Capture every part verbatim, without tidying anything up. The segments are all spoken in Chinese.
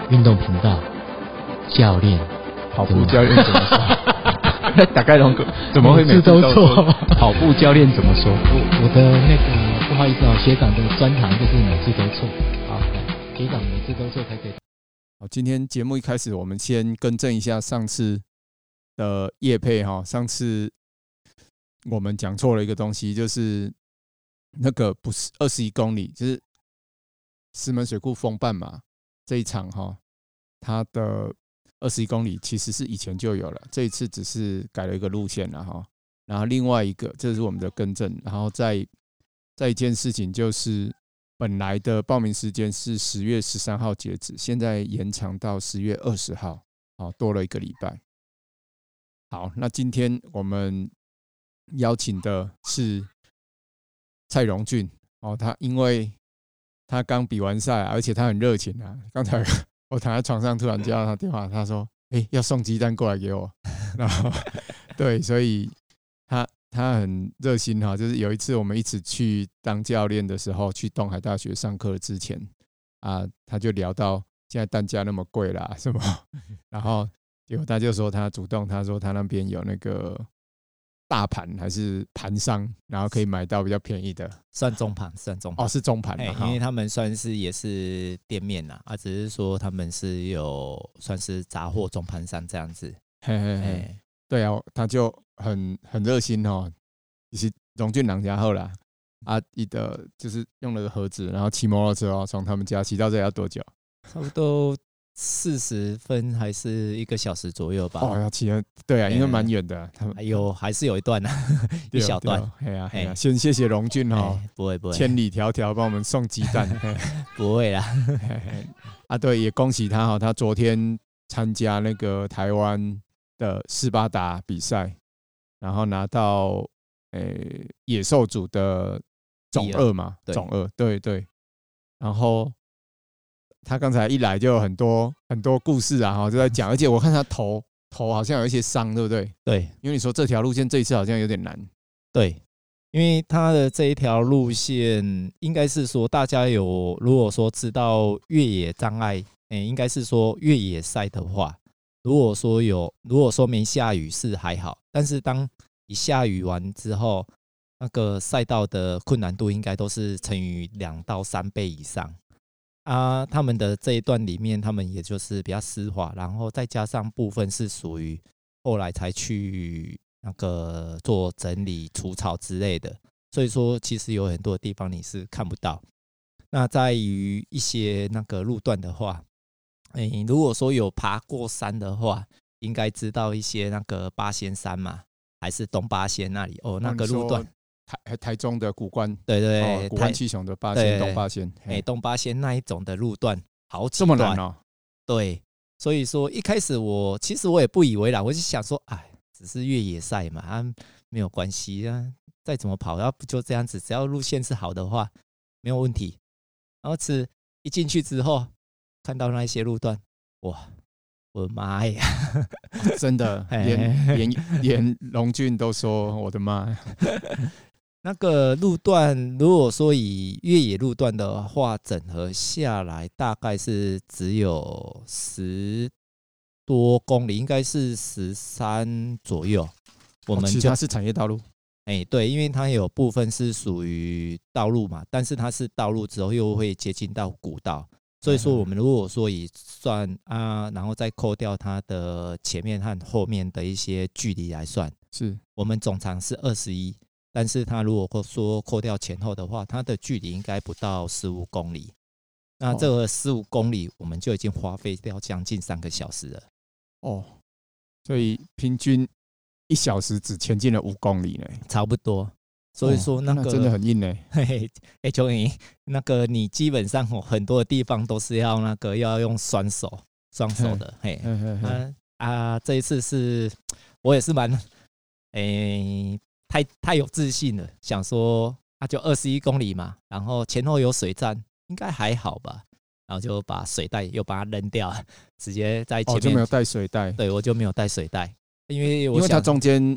运动频道教练， 跑步教练怎么说？大概龙哥怎么会每次都错？跑步教练怎么说？ 我我的那个不好意思哦，学长的专长就是每次都错。好，学长每次都错才可以。 好，今天节目一开始，我们先更正一下上次的业配哈。上次我们讲错了一个东西，就是那个不是二十一公里，就是石门水库风半马这一场哈，它的二十一公里其实是以前就有了，这一次只是改了一个路线了哈。然后另外一个，这是我们的更正。然后再再一件事情就是，本来的报名时间是十月十三号截止，现在延长到十月二十号，好，多了一个礼拜。好，那今天我们邀请的是蔡荣俊哦，他因为他刚比完赛，而且他很热情啊。刚才我躺在床上，突然接到他电话，他说：“哎、欸，要送鸡蛋过来给我。”然后对，所以他他很热心哈。就是有一次我们一起去当教练的时候，去东海大学上课之前啊，他就聊到现在蛋价那么贵啦，什么，然后结果他就说他主动，他说他那边有那个大盘还是盘商，然后可以买到比较便宜的， 算中盘，算中盘哦，是中盘、 欸，因为他们算是也是店面呐，啊，只是说他们是有算是杂货中盘商这样子。 嘿嘿嘿，欸、对啊，他就很很热心哦，是荣俊郎家后啦，啊，一的就是用了个盒子，然后骑摩托车哦，从他们家骑到这里要多久？ 差不多四十分还是一个小时左右吧。 哦，要骑了，对啊，因为蛮远的。他们还有还是有一段啊，一小段。 哎呀哎呀，先谢谢荣俊哦， 不会不会， 千里迢迢帮我们送鸡蛋， 不会啦。 啊，对，也恭喜他哈，他昨天参加那个台湾的斯巴达比赛，然后拿到诶野兽组的总二嘛，总二，对对，然后。他刚才一来就有很多很多故事啊，就在讲，而且我看他头头好像有一些伤，对不对？ 对， 因为你说这条路线这一次好像有点难。 对，因为他的这一条路线应该是说大家有如果说知道越野障碍，欸、应该是说越野赛的话，如果说有如果说没下雨是还好，但是当一下雨完之后，那个赛道的困难度应该都是乘以两到三倍以上。啊，他们的这一段里面，他们也就是比较湿滑，然后再加上部分是属于后来才去那个做整理、除草之类的，所以说其实有很多地方你是看不到。那在于一些那个路段的话，欸、如果说有爬过山的话，应该知道一些那个八仙山嘛，还是东八仙那里哦，那个路段。 台台中的古关， 对对， 哦、古关七雄的八仙东八仙， 哎、欸，东八仙那一种的路段，好几这么难哦。 对，所以说一开始我其实我也不以为然，我就想说，哎，只是越野赛嘛，啊，没有关系啊，再怎么跑，要不就这样子，只要路线是好的话，没有问题。然后是一进去之后，看到那一些路段，哇！我的妈呀！ 真的，连连连荣俊都说我的妈呀！ 那个路段，如果说以越野路段的话，整合下来大概是只有十多公里，应该是十三左右。我们就、 哦、其实它是产业道路， 哎、欸，对，因为它有部分是属于道路嘛，但是它是道路之后又会接近到古道。所以说，我们如果说以算啊，然后再扣掉它的前面和后面的一些距离来算， 是我们总长是二十一，但是它如果说扣掉前后的话，它的距离应该不到十五公里。那这个十五公里，我们就已经花费掉将近三个小时了。 哦，所以平均一小时只前进了五公里呢， 差不多。所以说那个、 哦、那真的很硬呢。 嘿嘿，哎，邱莹，那个你基本上很多的地方都是要那个要用双手双手的，嘿，嘿嘿嘿啊啊，这一次是我也是蛮，哎、欸，太太有自信了，想说啊就二十一公里嘛，然后前后有水站，应该还好吧，然后就把水袋又把它扔掉，直接在前面、 哦、就没有带水袋， 对我就没有带水袋，因为我因为它中间。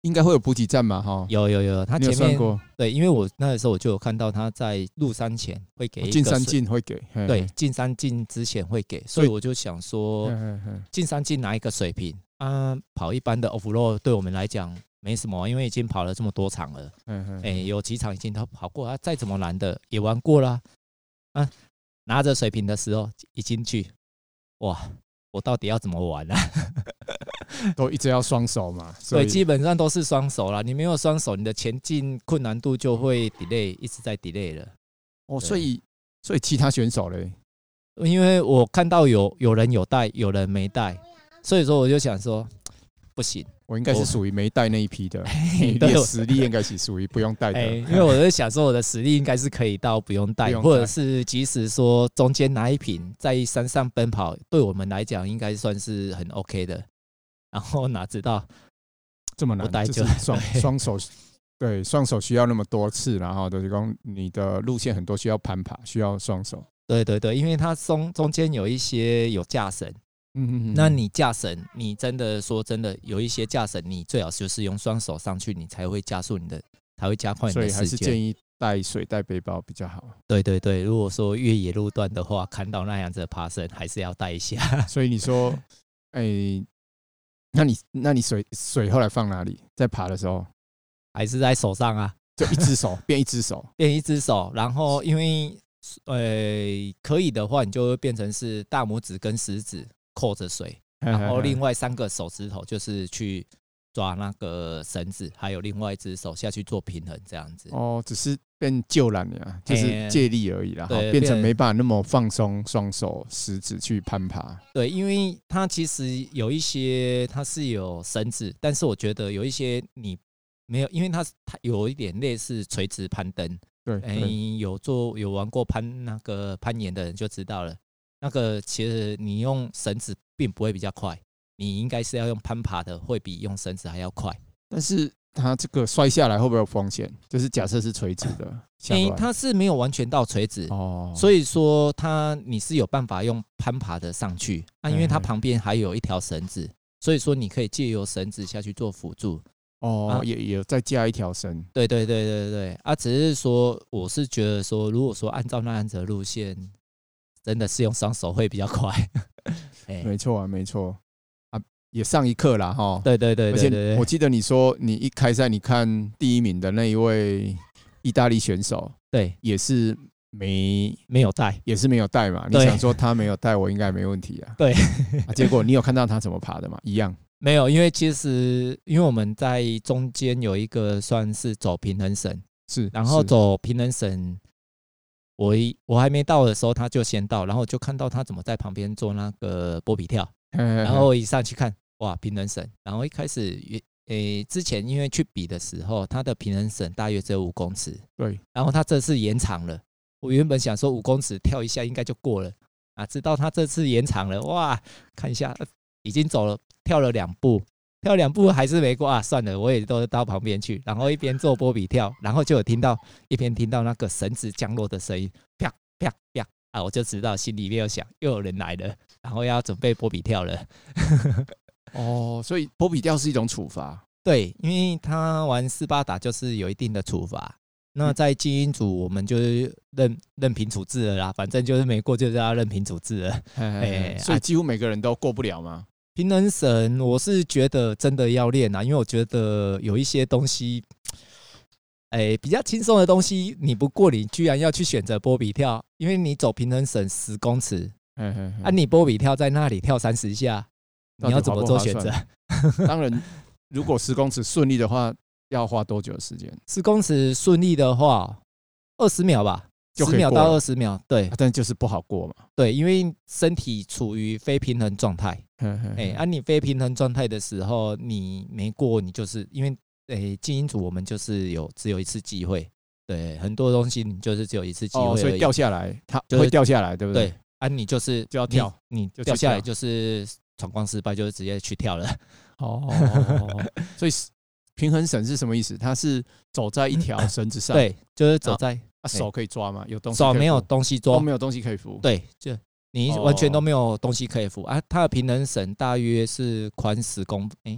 应该会有补给站嘛，哈。 有有有，他你有前面算过？ 对，因为我那个时候我就有看到他在入山前会给一个进山水进会给，嘿对，进山进之前会给，所以我就想说嘿，嘿嘿进山进拿一个水平啊，跑一般的 offroad 对我们来讲没什么，因为已经跑了这么多场了， 嘿嘿哎、有几场已经都跑过啊，再怎么难的也玩过啦。啊，拿着水瓶的时候一进去，哇，我到底要怎么玩啊？ 都一直要双手嘛，所对， 以基本上都是双手啦，你没有双手，你的前进困难度就会 delay， 一直在 delay 了。 哦，所以所以其他选手嘞， 因为我看到有有人有带，有人没带，所以说我就想说，不行， 我应该是属于没带那一批的，你对的实力应该是属于不用带的。 哎、因为我在想说我的实力应该是可以到不用带， 不用带或者是即使说中间拿一瓶在山上奔跑，对我们来讲应该算是很 OK 的。然后哪知道这么难， 我带就就是双双手，对，双手需要那么多次，然后就是说你的路线很多需要攀爬，需要双手。 对对对，因为它中中间有一些有架绳， 嗯嗯嗯， 那你架绳，你真的说真的有一些架绳，你最好就是用双手上去，你才会加速你的，才会加快你所以的时间。 还是建议带水带背包比较好。 对对对，如果说越野路段的话，看到那样子的爬升，还是要带一下。 所以你说，哎、欸，那你那你水水后来放哪里？在爬的时候还是在手上啊， 就一只手变一只手， 变一只手，然后因为呃可以的话，你就会变成是大拇指跟食指扣着水，然后另外三个手指头就是去抓那个绳子，还有另外一只手下去做平衡，这样子。 哦，只是变救懒呀，就是借力而已啦， 对， 变成没办法那么放松双手食指去攀爬。 对，因为它其实有一些它是有绳子，但是我觉得有一些你没有，因为它它有一点类似垂直攀登。 对， 哎、欸，有做有玩过攀那个攀岩的人就知道了，那个其实你用绳子并不会比较快，你应该是要用攀爬的，会比用绳子还要快。 但是它这个摔下来会不会有风险？就是假设是垂直的， 哎、欸，它是没有完全到垂直哦， 所以说它你是有办法用攀爬的上去啊，因为它旁边还有一条绳子，所以说你可以借由绳子下去做辅助。 哦，啊、也也再加一条绳。 对对对对对啊，只是说我是觉得说，如果说按照那样子的路线，真的是用双手会比较快。 欸、没错啊，没错啊，也上一课啦哈。 对对对对 对, 對， 而且我记得你说你一开赛，你看第一名的那一位意大利选手， 对， 也是没没有带， 也是没有带嘛。你想说他没有带，我应该没问题啊。 对啊，结果你有看到他怎么爬的吗？一样。 没有，因为其实因为我们在中间有一个算是走平衡绳， 是， 然后走平衡绳，我一我还没到的时候他就先到，然后就看到他怎么在旁边做那个波比跳，然后一上去看，哇，平衡绳，然后一开始诶、欸、之前因为去比的时候，他的平衡绳大约只有五公尺， 对， 然后他这次延长了，我原本想说五公尺跳一下应该就过了啊，直到他这次延长了，哇，看一下已经走了。跳了两步，跳两步还是没过啊！算了，我也都到旁边去，然后一边做波比跳，然后就有听到一边听到那个绳子降落的声音，啪啪啪啊！我就知道心里面有想，又有人来了，然后要准备波比跳了。 哦，所以波比跳是一种处罚。 对，因为他玩斯巴达就是有一定的处罚。那在精英组，我们就是任任凭处置了啦，反正就是没过就是要任凭处置了。 嘿嘿嘿，所以几乎每个人都过不了吗？ 平衡绳，我是觉得真的要练啊，因为我觉得有一些东西，哎、欸，比较轻松的东西你不过，你居然要去选择波比跳，因为你走平衡绳十公尺， 嘿嘿嘿啊，你波比跳在那里跳三十下，你要怎么做选择？ 当然，如果十公尺顺利的话，要花多久的时间？ 十公尺顺利的话，二十秒吧。十秒到二十秒，对、 啊，但就是不好过嘛。 对，因为身体处于非平衡状态。哎、欸，啊，你非平衡状态的时候，你没过，你就是因为哎，精英组我们就是有只有一次机会，对，很多东西你就是只有一次机会、哦， 所以掉下来，它会掉下来，对不对？ 对，啊，你就是就要跳， 你, 你掉下来就是闯关失败，就是直接去跳了。 哦，所以平衡绳是什么意思？它是走在一条绳子上， 对，就是走在。 啊、手可以抓吗？有东西手没有东西抓， 都没有东西可以扶。 对，就你完全都没有东西可以扶、哦、啊！它的平衡绳大约是宽十公，哎、欸，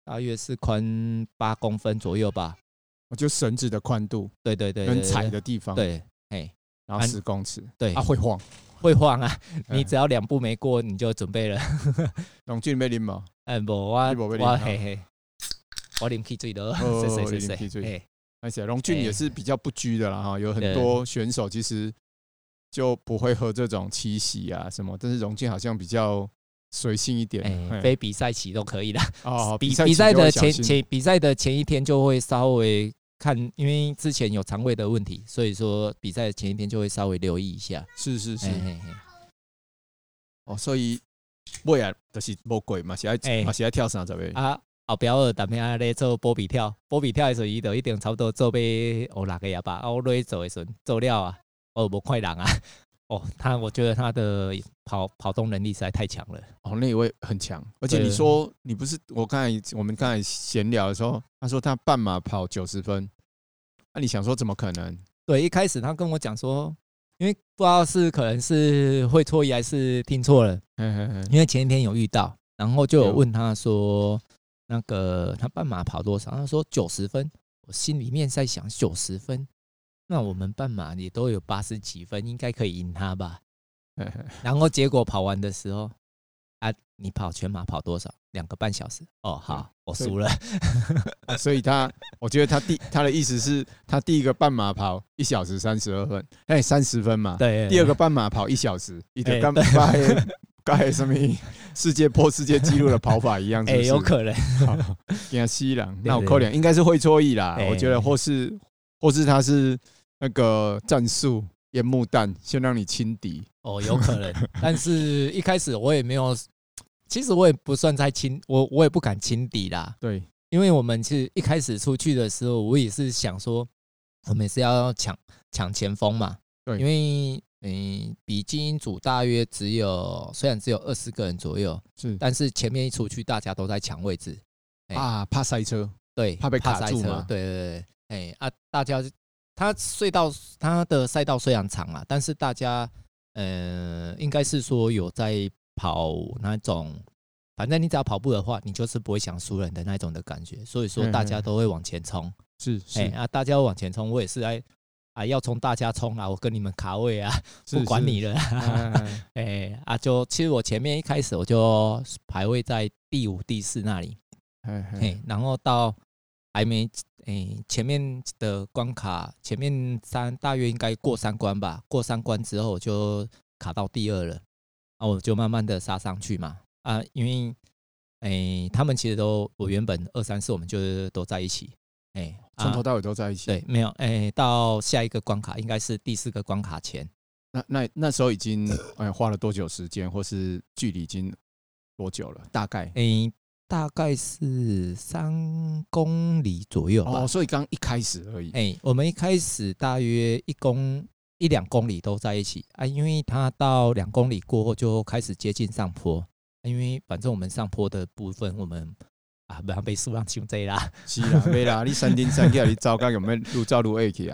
大约是宽八公分左右吧。 就绳子的宽度， 对对对， 跟踩的地方， 对，哎， 然后十公尺， 对， 啊会晃， 会晃啊！你只要两步没过，你就准备了。 龙俊要啉吗？ 哎，无我我嘿嘿，我啉汽水的， 哦，啉汽水。而且龙俊也是比较不拘的啦哈，有很多选手其实就不会喝这种七喜啊什么，但是龙俊好像比较随性一点， 欸、非比赛期都可以的。 哦， 比比赛的前前比赛的前一天就会稍微看，因为之前有肠胃的问题，所以说比赛的前一天就会稍微留意一下。 是是是。 欸欸哦，所以尾啊，就是无过嘛，是爱嘛是爱跳三十个。 啊，后壁有当面咧做波比跳，波比跳的时候，伊就一定差不多做要五六个呀吧。啊，我落去做的时候做了啊，我无看人啊。哦，他我觉得他的跑跑动能力实在太强了。 哦，那一位很强，而且你说你不是我刚才我们刚才闲聊的时候，他说他半马跑九十分，那、啊、你想说怎么可能？ 对，一开始他跟我讲说，因为不知道是可能是会错意还是听错了， 嘿嘿嘿， 因为前一天有遇到，然后就有问他说，那个他半马跑多少？他说九十分，我心里面在想九十分。那我们半马也都有八十几分，应该可以赢他吧？然后结果跑完的时候，啊，你跑全马跑多少？两个半小时。哦，好，我输了。 啊、所以他，我觉得他第他的意思是，他第一个半马跑一小时三十二分，哎，三十分嘛。 对。 第二个半马跑一小时，一个刚刚刚什么世界破世界纪录的跑法一样，是不是？ 哎，有可能。 给他吸了，那我扣脸应该是会错意啦。我觉得或是或是他是。那个战术烟幕弹先让你轻敌哦，有可能，但是一开始我也没有，其实我也不算在轻，我我也不敢轻敌啦。 对， 因为我们是一开始出去的时候，我也是想说，我们是要抢抢前锋嘛。 对， 因为嗯，比精英组大约只有虽然只有二十个人左右， 是， 但是前面一出去，大家都在抢位置啊，怕塞车， 对， 怕被卡住嘛。 对对对，哎啊，大家。它隧道，它的赛道虽然长啊，但是大家，呃，应该是说有在跑那种，反正你只要跑步的话，你就是不会想输人的那种的感觉，所以说大家都会往前冲。 是是、 欸、啊，大家往前冲，我也是在啊，要冲大家冲啊，我跟你们卡位啊，不管你了。哎、欸、啊，就其实我前面一开始我就排位在第五、第四那里，哎、欸，然后到。还没诶、欸，前面的关卡，前面三大约应该过三关吧。过三关之后，我就卡到第二了，啊，我就慢慢的杀上去嘛。啊，因为诶、欸，他们其实都，我原本二三四我们就都在一起，哎、欸， 从头到尾都在一起。 对，没有，哎、欸，到下一个关卡应该是第四个关卡前。 那那那时候已经哎花了多久时间，或是距离已经多久了？大概诶。欸大概是三公里左右吧。 哦，所以刚一开始而已。 哎、欸，我们一开始大约一公一两公里都在一起啊，因为它到两公里过后就开始接近上坡，因为反正我们上坡的部分我们啊不要被树上伤这啦。 是啦，没啦，你三丁三脚你走到有没有路走路下去啊？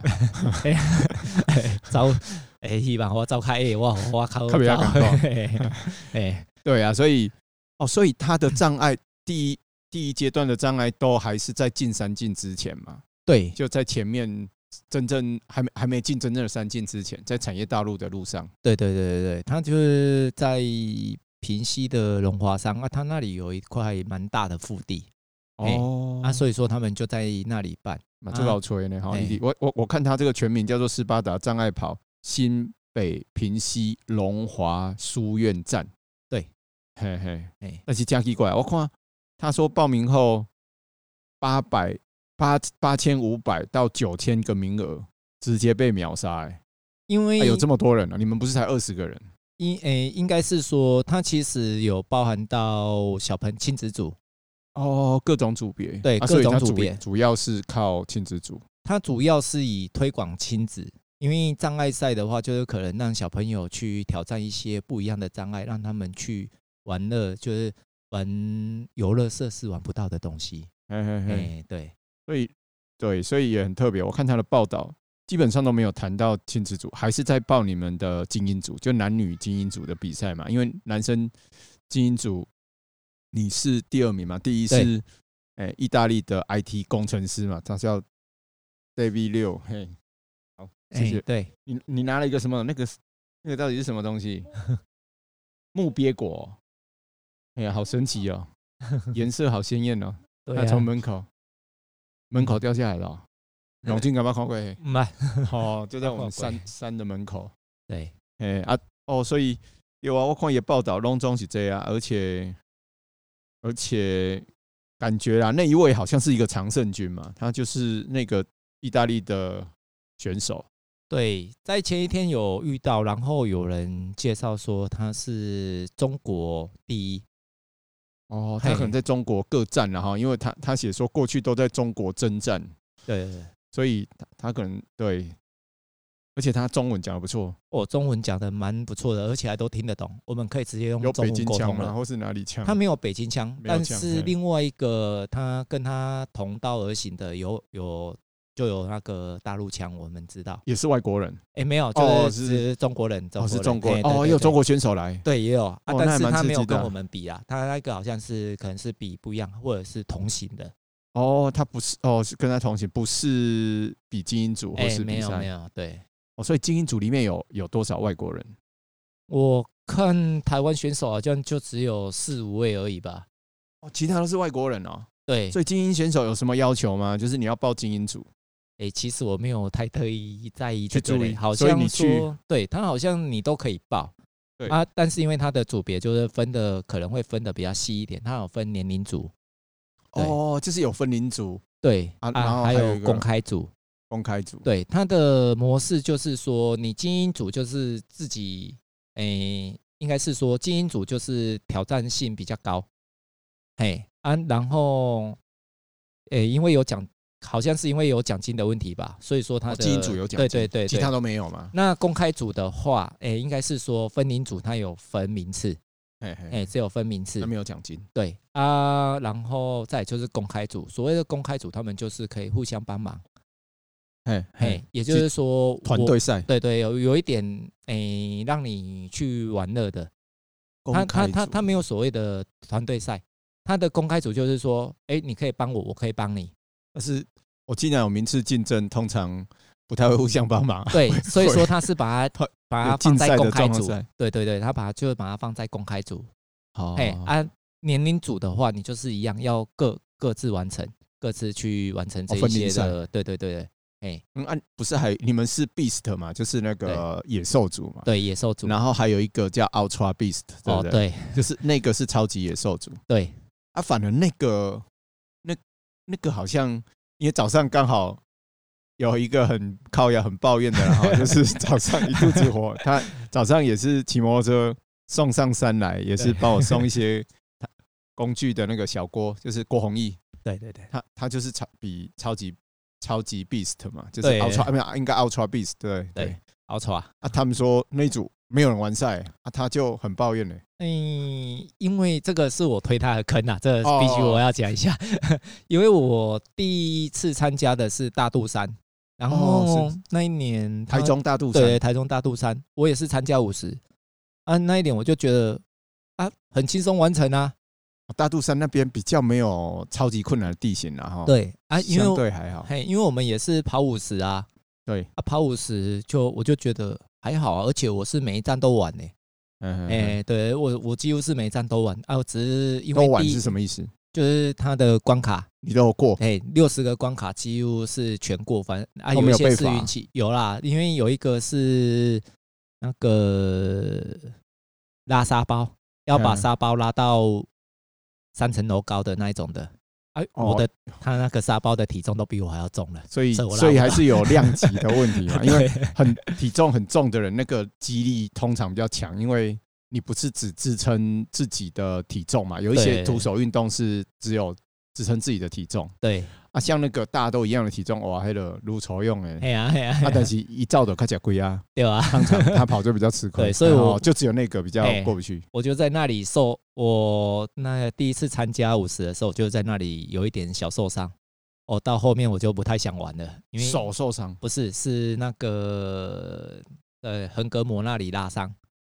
走，哎，希望我走开诶，我我靠， 特别要感动。 哎， 对啊，所以哦，所以他的障碍。第一第一阶段的障碍都还是在进山径之前嘛？ 对， 就在前面真正还没还没进真正的山径之前，在产业道路的路上。 对对对对对，他就是在平溪的龙华山啊，他那里有一块蛮大的腹地哦、欸、啊，所以说他们就在那里办。 嘛，这老吹呢哈！我我我看他这个全名叫做斯巴达障碍跑新北平溪龙华书院站。 对， 嘿嘿，哎，但是真奇怪，我看。他说报名后八百八八千五百到九千个名额直接被秒杀，哎， 因为、 啊、有这么多人啊！你们不是才二十个人？ 应诶、欸、应该是说，它其实有包含到小朋亲子组哦，各种组别， 对， 啊、 各种组别， 主要是靠亲子组。 它主要是以推广亲子，因为障碍赛的话，就是可能让小朋友去挑战一些不一样的障碍，让他们去玩乐，就是。玩游乐设施玩不到的东西， 嘿嘿嘿、 欸，对， 所以对，所以也很特别。我看他的报道，基本上都没有谈到亲子组，还是在报你们的精英组，就男女精英组的比赛嘛。因为男生精英组你是第二名嘛，第一是哎、欸，意大利的 I T 工程师嘛，他叫 David Liu。嘿，好，谢谢。 欸、对你，你拿了一个什么？那个那个到底是什么东西？木鳖果。哎呀，好神奇哦，颜色好鲜艳哦。 对啊， 他从门口门口掉下来了、哦。永进干嘛看过？ 没， 哦，就在我们山山的门口。 对， 哎啊，哦，所以有啊，我看也报道，拢总是这样，而且而且感觉啦，那一位好像是一个常胜军嘛，他就是那个意大利的选手。 对，在前一天有遇到，然后有人介绍说他是中国第一。 哦，他可能在中国各战了哈，因为他他写说过去都在中国征战， 对对对， 所以他他可能对，而且他中文讲得不错， 哦，中文讲得蛮不错的，而且还都听得懂，我们可以直接用有北中文京腔吗？ 沟通了。 或是哪里腔？ 他没有北京腔，但是嘿另外一个他跟他同道而行的有有就有那个大陆腔，我们知道也是外国人。 哎、欸，没有， 哦就是是中国人，中哦， 国人是中国人， 欸、对对对哦，也有中国选手来， 对，也有啊， 哦但是他那还蛮刺激的没有跟我们比啊，他那个好像是可能是比不一样，或者是同行的。 哦，他不是哦，是跟他同行，不是比精英组或哎、 是比赛， 没有没有，对， 哦，所以精英组里面有有多少外国人？ 我看台湾选手好像就只有四五位而已吧。 哦，其他都是外国人哦。 对， 所以精英选手有什么要求吗？就是你要报精英组。 哎、欸，其实我没有太特意在意这个去注意， 好所以你像去说，对他好像你都可以报， 对啊，但是因为他的组别就是分的可能会分的比较细一点，他有分年龄组， 哦，就是有分龄组， 对啊然后还还有一个有公开组， 公开组， 对，他的模式就是说，你精英组就是自己，哎、欸，应该是说精英组就是挑战性比较高，嘿啊，然后，哎、欸，因为有奖。好像是因为有奖金的问题吧，所以说他的精英组有奖金， 对对 对, 对， 其他都没有嘛。 那公开组的话，哎、欸，应该是说分龄组它有分名次， 哎哎、欸，只有分名次， 他没有奖金。 对啊，然后再就是公开组，所谓的公开组，他们就是可以互相帮忙， 哎嘿，也就是说团队赛， 对对，有有一点哎、欸，让你去玩乐的。他他他他没有所谓的团队赛，他的公开组就是说，哎、欸，你可以帮我，我可以帮你。 但是我既然有名次竞争，通常不太会互相帮忙。 对，所以说他是把它把它放在公开组，对对对，他把它就把它放在公开组。 好， 哎，按年龄组的话，你就是一样，要各各自完成，各自去完成这一些的。对对对对，哎， 嗯，按不是还你们是 Beast 嘛，就是那个野兽组嘛。 对，野兽组。 然后还有一个叫 Ultra Beast， 对不对？ 哦，对， 就是那个是超级野兽组。 对， 啊，反而那个那那个好像。因为早上刚好有一个很靠腰、很抱怨的啦，就是早上一肚子火，他早上也是骑摩托车送上山来，也是帮我送一些工具的那个小郭，就是郭弘毅。 对对对， 他他就是超比超级超级 Beast 嘛，就是 Ultra， 没有应该 Ultra Beast， 对对 Ultra 啊，他们说那一组没有人完赛啊，他就很抱怨嘞。 嗯，因为这个是我推他的坑啊，这个必须我要讲一下。哦、因为我第一次参加的是大肚山，然后那一年台中大肚山， 对，台中大肚山，我也是参加五十啊。那一点我就觉得啊，很轻松完成啊。 大肚山那边比较没有超级困难的地形啦，哈。 对啊，因为相对还好。 嘿，因为我们也是跑五十啊， 对啊，跑五十就我就觉得还好啊，而且我是每一站都玩呢、欸。哎、欸，对我我几乎是每一站都玩啊，我只是因为都玩是什么意思？ 就是它的关卡你都有过， 哎，六十个关卡几乎是全过，反正啊有一些是运气，有啦，因为有一个是那个拉沙包，要把沙包拉到三层楼高的那一种的。哎，我的他那个沙包的体重都比我还要重了， 所以所以还是有量级的问题嘛。因为很体重很重的人，那个肌力通常比较强，因为你不是只支撑自己的体重嘛，有一些徒手运动是只有支撑自己的体重。 对啊，像那个大家都一样的体重，哇，那个撸筹用哎， 哎呀哎呀， 啊，但是一照的看起来贵啊， 对啊， 通常他跑就比较吃亏， 对，所以我就只有那个比较过不去。 我就在那里受，我那第一次参加五十的时候，就在那里有一点小受伤。哦，到后面我就不太想玩了，因为手受伤， 不是是那个呃横膈膜那里拉伤。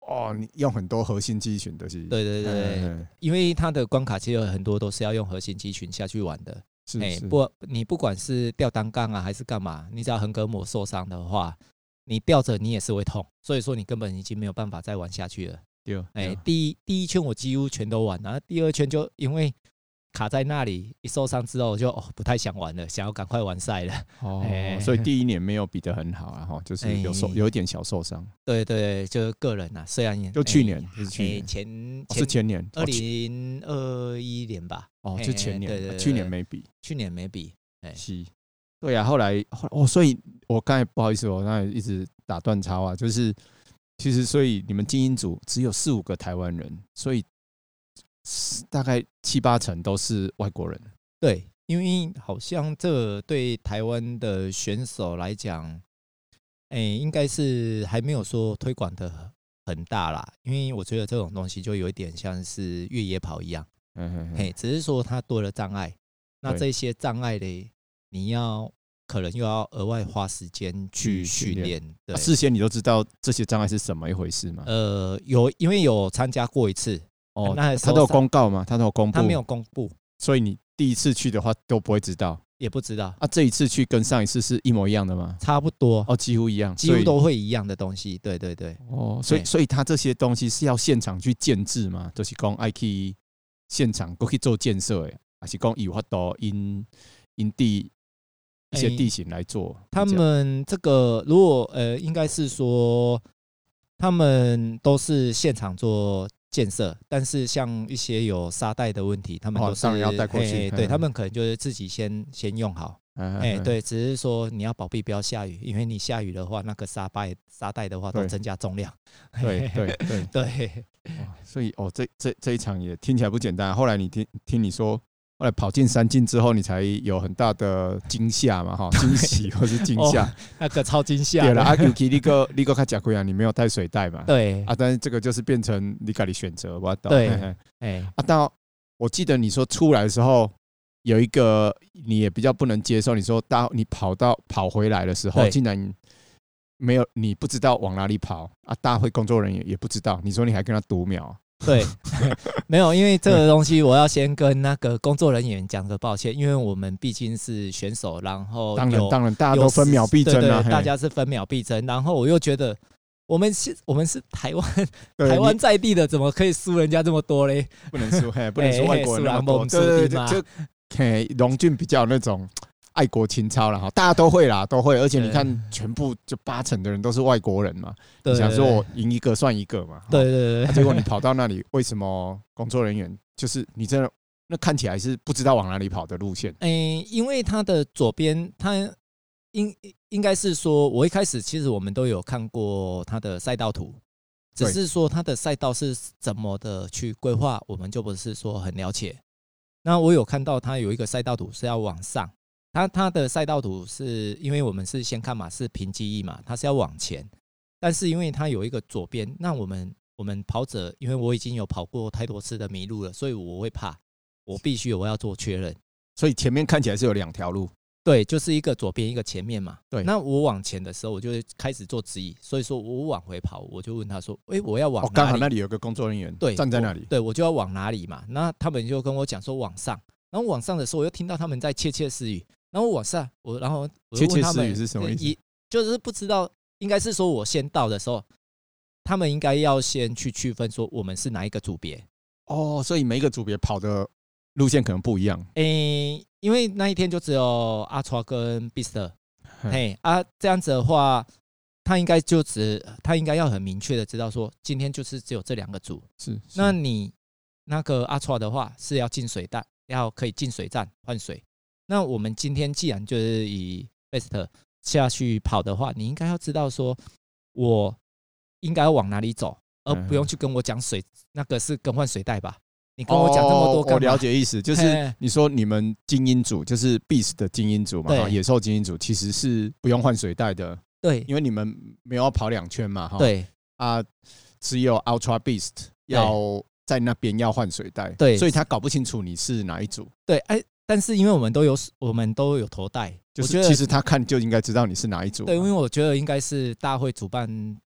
哦，你用很多核心肌群的是， 对对对，嗯、因为它的关卡其实有很多都是要用核心肌群下去玩的。 是是、欸、 不，你不管是吊单杠啊还是干嘛，你只要横膈膜受伤的话，你吊着你也是会痛，所以说你根本已经没有办法再玩下去了。 对， 哎、欸，第一第一圈我几乎全都玩，然后第二圈就因为卡在那里，一受伤之后我就、哦、不太想玩了，想要赶快完赛了。 哦、欸，所以第一年没有比得很好啊，哈，就是有受、欸、有一点小受伤。 对对，就是个人啊，虽然就去年，就是去年、 欸、前、 哦、是前年， 二零二一年吧。 哦，就前年， 欸、对对对， 去年没比， 去年没比。欸、 是，对啊，后来哦，所以我刚才不好意思，我刚才一直打断插话，就是其实所以你们精英组只有四五个台湾人，所以大概七八成都是外国人。 对，因为好像这对台湾的选手来讲，欸、应该是还没有说推广的很大啦。因为我觉得这种东西就有一点像是越野跑一样，嗯嘿，只是说它多了障碍。那这些障碍的，你要可能又要额外花时间去训练。对、 啊，事先你都知道这些障碍是什么一回事吗？ 呃，有，因为有参加过一次。 哦，那他都有公告吗？他都有公布？ 他没有公布， 所以你第一次去的话都不会知道， 也不知道。 啊，这一次去跟上一次是一模一样的吗？ 差不多。 哦，几乎一样， 几乎都会一样的东西。对对对。 哦，所以所以他这些东西是要现场去建制吗？就是讲要去现场过去做建设的。还是讲有法度因因地一些地形来做、欸？ 他们这个如果呃，应该是说他们都是现场做建设，但是像一些有沙袋的问题，他们都是、 哦、要带过去。 对，他们可能就是自己先先用好。哎、欸，对，只是说你要保庇不要下雨，因为你下雨的话，那个沙袋沙袋的话都增加重量。 对对对对。所以哦，这这这一场也听起来不简单。后来你听听你说。后来跑进三进之后，你才有很大的惊吓嘛，哈，惊喜或是惊吓、哦， 那个超惊吓。 对了，啊，尤其你个你个较吃亏啊，你没有带水袋嘛， 对啊，但是这个就是变成你自己选择，我懂。 对，哎， 啊，到我记得你说出来的时候，有一个你也比较不能接受，你说到你跑到跑回来的时候，竟然没有你不知道往哪里跑啊，大会工作人员也不知道，你说你还跟他读秒。 对，没有，因为这个东西我要先跟那个工作人员讲个抱歉，因为我们毕竟是选手，然后当然当然大家都分秒必争啊， 对对，大家是分秒必争，然后我又觉得我们是我们是台湾台湾在地的，怎么可以输人家这么多嘞？ 不能输，嘿，不能输外国人那么多，对对对，就嘿，龙俊比较那种。爱国情操了哈，大家都会啦，都会，而且你看，全部就八成的人都是外国人嘛。你想说我赢一个算一个嘛？ 对对对、 啊。结果你跑到那里，为什么工作人员就是你真的那看起来是不知道往哪里跑的路线？ 哎、欸，因为他的左边，他应应该是说，我一开始其实我们都有看过他的赛道图，只是说他的赛道是怎么的去规划，我们就不是说很了解。那我有看到他有一个赛道图是要往上。他他的赛道图是因为我们是先看嘛，是平记忆嘛，他是要往前，但是因为他有一个左边，那我们我们跑者，因为我已经有跑过太多次的迷路了，所以我会怕，我必须我要做确认， 所以前面看起来是有两条路， 对，就是一个左边一个前面嘛， 对。 那我往前的时候，我就会开始做质疑，所以说我往回跑，我就问他说，哎、欸，我要往哪里？ 刚、哦、好那里有个工作人员， 对， 站在那里， 对我就要往哪里嘛？那他们就跟我讲说往上，然后往上的时候，我又听到他们在窃窃私语。然后我往上，我然后我就问他们， 窃窃私语是什么意思？ 就是不知道，应该是说我先到的时候，他们应该要先去区分说我们是哪一个组别。 哦，所以每一个组别跑的路线可能不一样。 诶、欸，因为那一天就只有阿川跟 Beast， 嘿啊，这样子的话，他应该就只他应该要很明确的知道说，今天就是只有这两个组。 是，是那你那个阿川的话是要进水站，要可以进水站换水。那我们今天既然就是以 Best 下去跑的话，你应该要知道说，我应该要往哪里走，而不用去跟我讲水那个是更换水袋吧？你跟我讲这么多干嘛？ 我了解意思，就是你说你们精英组就是 Beast 的精英组嘛，野兽精英组其实是不用换水袋的， 对， 因为你们没有要跑两圈嘛， 对啊，只有 Ultra Beast 要在那边要换水袋， 对， 所以他搞不清楚你是哪一组， 对，哎。但是因为我们都有我们都有头带， 就是其实他看就应该知道你是哪一组。 对，因为我觉得应该是大会主办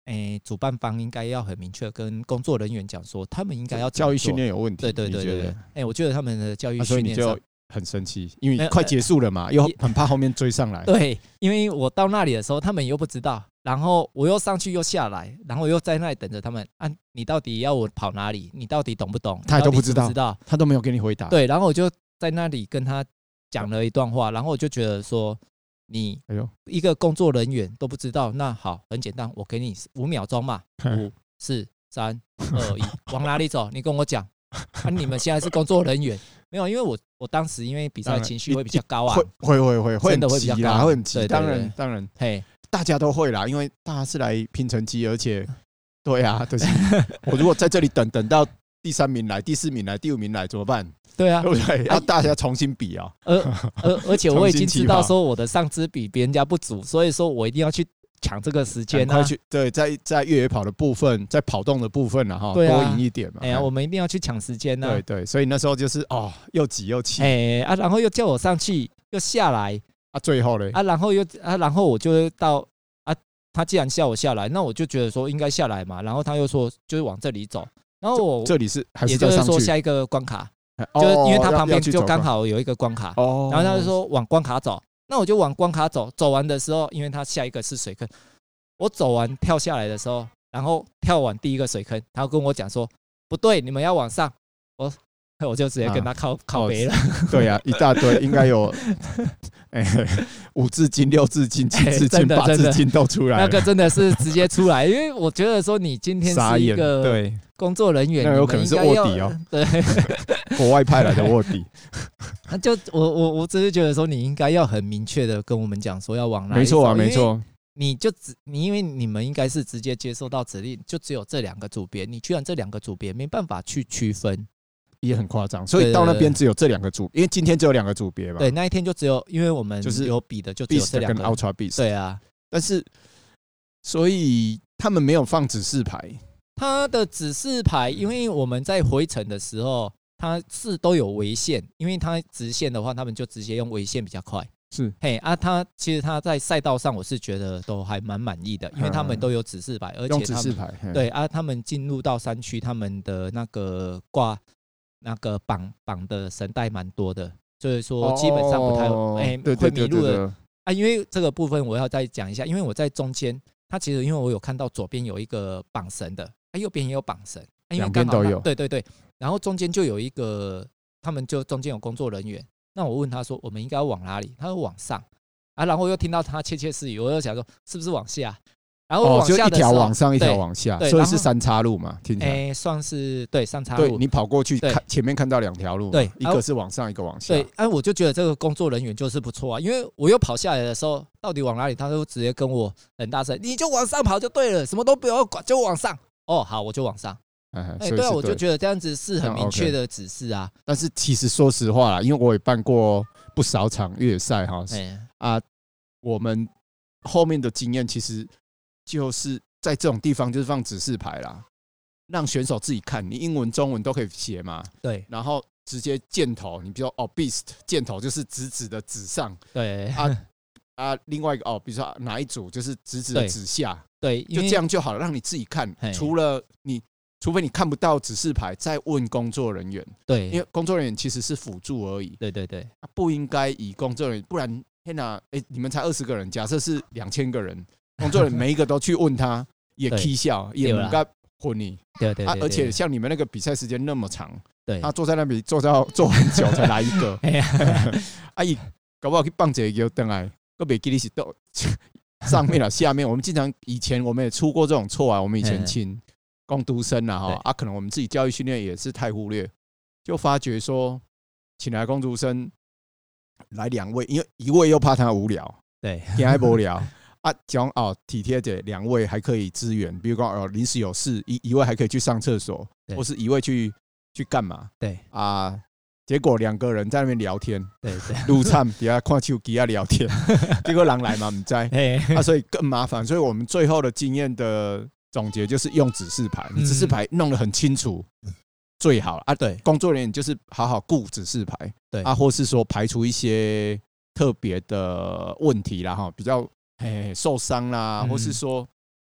诶，主办方应该要很明确跟工作人员讲说，他们应该要教育训练有问题。 对对对对对，哎，我觉得他们的教育训练上。很生气，因为快结束了嘛，又很怕后面追上来。 对，因为我到那里的时候，他们又不知道，然后我又上去又下来，然后又在那里等着他们。啊，你到底要我跑哪里？你到底懂不懂？ 他也都不知道， 知道他都没有给你回答。 对，然后我就在那里跟他讲了一段话，然后我就觉得说，你一个工作人员都不知道，那好，很简单，我给你五秒钟嘛，五、四、三、二、一，往哪里走？你跟我讲。啊，你们现在是工作人员，没有？因为我我当时因为比赛情绪会比较高啊， 会会会会会真的会比较高， 会很急。当然当然， 嘿， 大家都会啦，因为大家是来拼成绩，而且对啊，就是我如果在这里等等到第三名来、第四名来、第五名来怎么办？ 对啊， 对不对？要大家重新比啊。 而而而且我已经知道说我的上肢比别人家不足，所以说我一定要去抢这个时间啊！ 去对，在在越野跑的部分，在跑动的部分啊，哈，多赢一点嘛。 哎呀，我们一定要去抢时间呢。 对对，所以那时候就是哦，又急又气。 哎啊，然后又叫我上去，又下来啊，最后嘞啊，然后又啊，然后我就到啊，他既然叫我下来，那我就觉得说应该下来嘛。然后他又说就是往这里走，然后我这里是还是也就是说下一个关卡，就是因为他旁边就刚好有一个关卡，然后他就说往关卡走，那我就往关卡走。走完的时候，因为他下一个是水坑。我走完跳下来的时候，然后跳完第一个水坑，他跟我讲说不对，你们要往上。我我就直接跟他靠、啊、靠北了。 对啊，一大堆，应该有哎五字经、六字经、七字经、八字经都出来了。 那个真的是直接出来，因为我觉得说你今天是一个对工作人员， 那有可能是卧底哦。 对， 国外派来的卧底。 那就我我我只是觉得说，你应该要很明确的跟我们讲说要往哪里走。 没错啊，没错。 你就只你因为你们应该是直接接受到指令，就只有这两个组别，你居然这两个组别没办法去区分， 也很夸张。所以到那边只有这两个组，因为今天只有两个组别嘛。 对，那一天就只有，因为我们就是有比的，就只有这两个。 跟 Ultra Beast。 对啊， 但是所以他们没有放指示牌。 他的指示牌，因为我们在回程的时候，它是都有围线，因为它直线的话，他们就直接用围线比较快。 是， 嘿啊，他其实他在赛道上，我是觉得都还蛮满意的，因为他们都有指示牌，而且用指示牌， 对啊，他们进入到山区，他们的那个挂那个绑绑的绳带蛮多的，所以说基本上不太哎、欸、会迷路的啊。因为这个部分我要再讲一下，因为我在中间，他其实因为我有看到左边有一个绑绳的，啊右边也有绑绳，啊、因为两边都有， 对对对，然后中间就有一个，他们就中间有工作人员。那我问他说：“我们应该要往哪里？”他说：“往上。”啊，然后又听到他窃窃私语，我又想说是不是往下？然后往下的时候， 哦、就一条往上，一条往下，所以是三岔路嘛？听起来， 哎，算是对三岔路。 对，你跑过去看前面看到两条路， 对， 一个是往上，一个往下。 对，哎，我就觉得这个工作人员就是不错啊，因为我又跑下来的时候，到底往哪里？他就直接跟我很大声：“你就往上跑就对了，什么都不要管，就往上。”哦，好，我就往上。哎，对啊，我就觉得这样子是很明确的指示啊。 但是其实说实话啦，因为我也办过不少场越野赛哈，啊，我们后面的经验其实就是在这种地方就是放指示牌啦，让选手自己看，你英文、中文都可以写嘛。 对， 然后直接箭头，你比如说哦 ，Beast 箭头就是直直的指上， 对啊啊，另外一个哦，比如说哪一组就是直直的指下， 对， 就这样就好了，让你自己看。除了你。除非你看不到指示牌，再问工作人员。 对， 因为工作人员其实是辅助而已。 对对对， 啊、不应该以工作人员，不然天哪！哎，你们才二十个人，假设是两千个人，工作人员每一个都去问他，也起笑，也不该混你。 对对对、啊， 而且像你们那个比赛时间那么长， 对， 他坐在那里坐到坐很久才来一个。阿姨、啊，搞不好去放一个灯来，我没记得是到上面了，下面我们经常以前我们也出过这种错啊，我们以前请。工读生啊，哈啊，可能我们自己教育训练也是太忽略，就发觉说，请来工读生来两位，因为一位又怕他无聊， 对， 也还无聊啊，讲哦体贴的两位还可以支援，比如说哦临时有事，一一位还可以去上厕所，或是一位去去干嘛， 对啊，结果两个人在那边聊天， 对对， 路惨底下看手机啊聊天，结果人来嘛唔知，啊，所以更麻烦，所以我们最后的经验的。总结就是用指示牌，你指示牌弄得很清楚，嗯、最好啊。对，工作人员就是好好顾指示牌，对啊，或是说排除一些特别的问题啦，哈，比较嘿受伤啦，嗯、或是说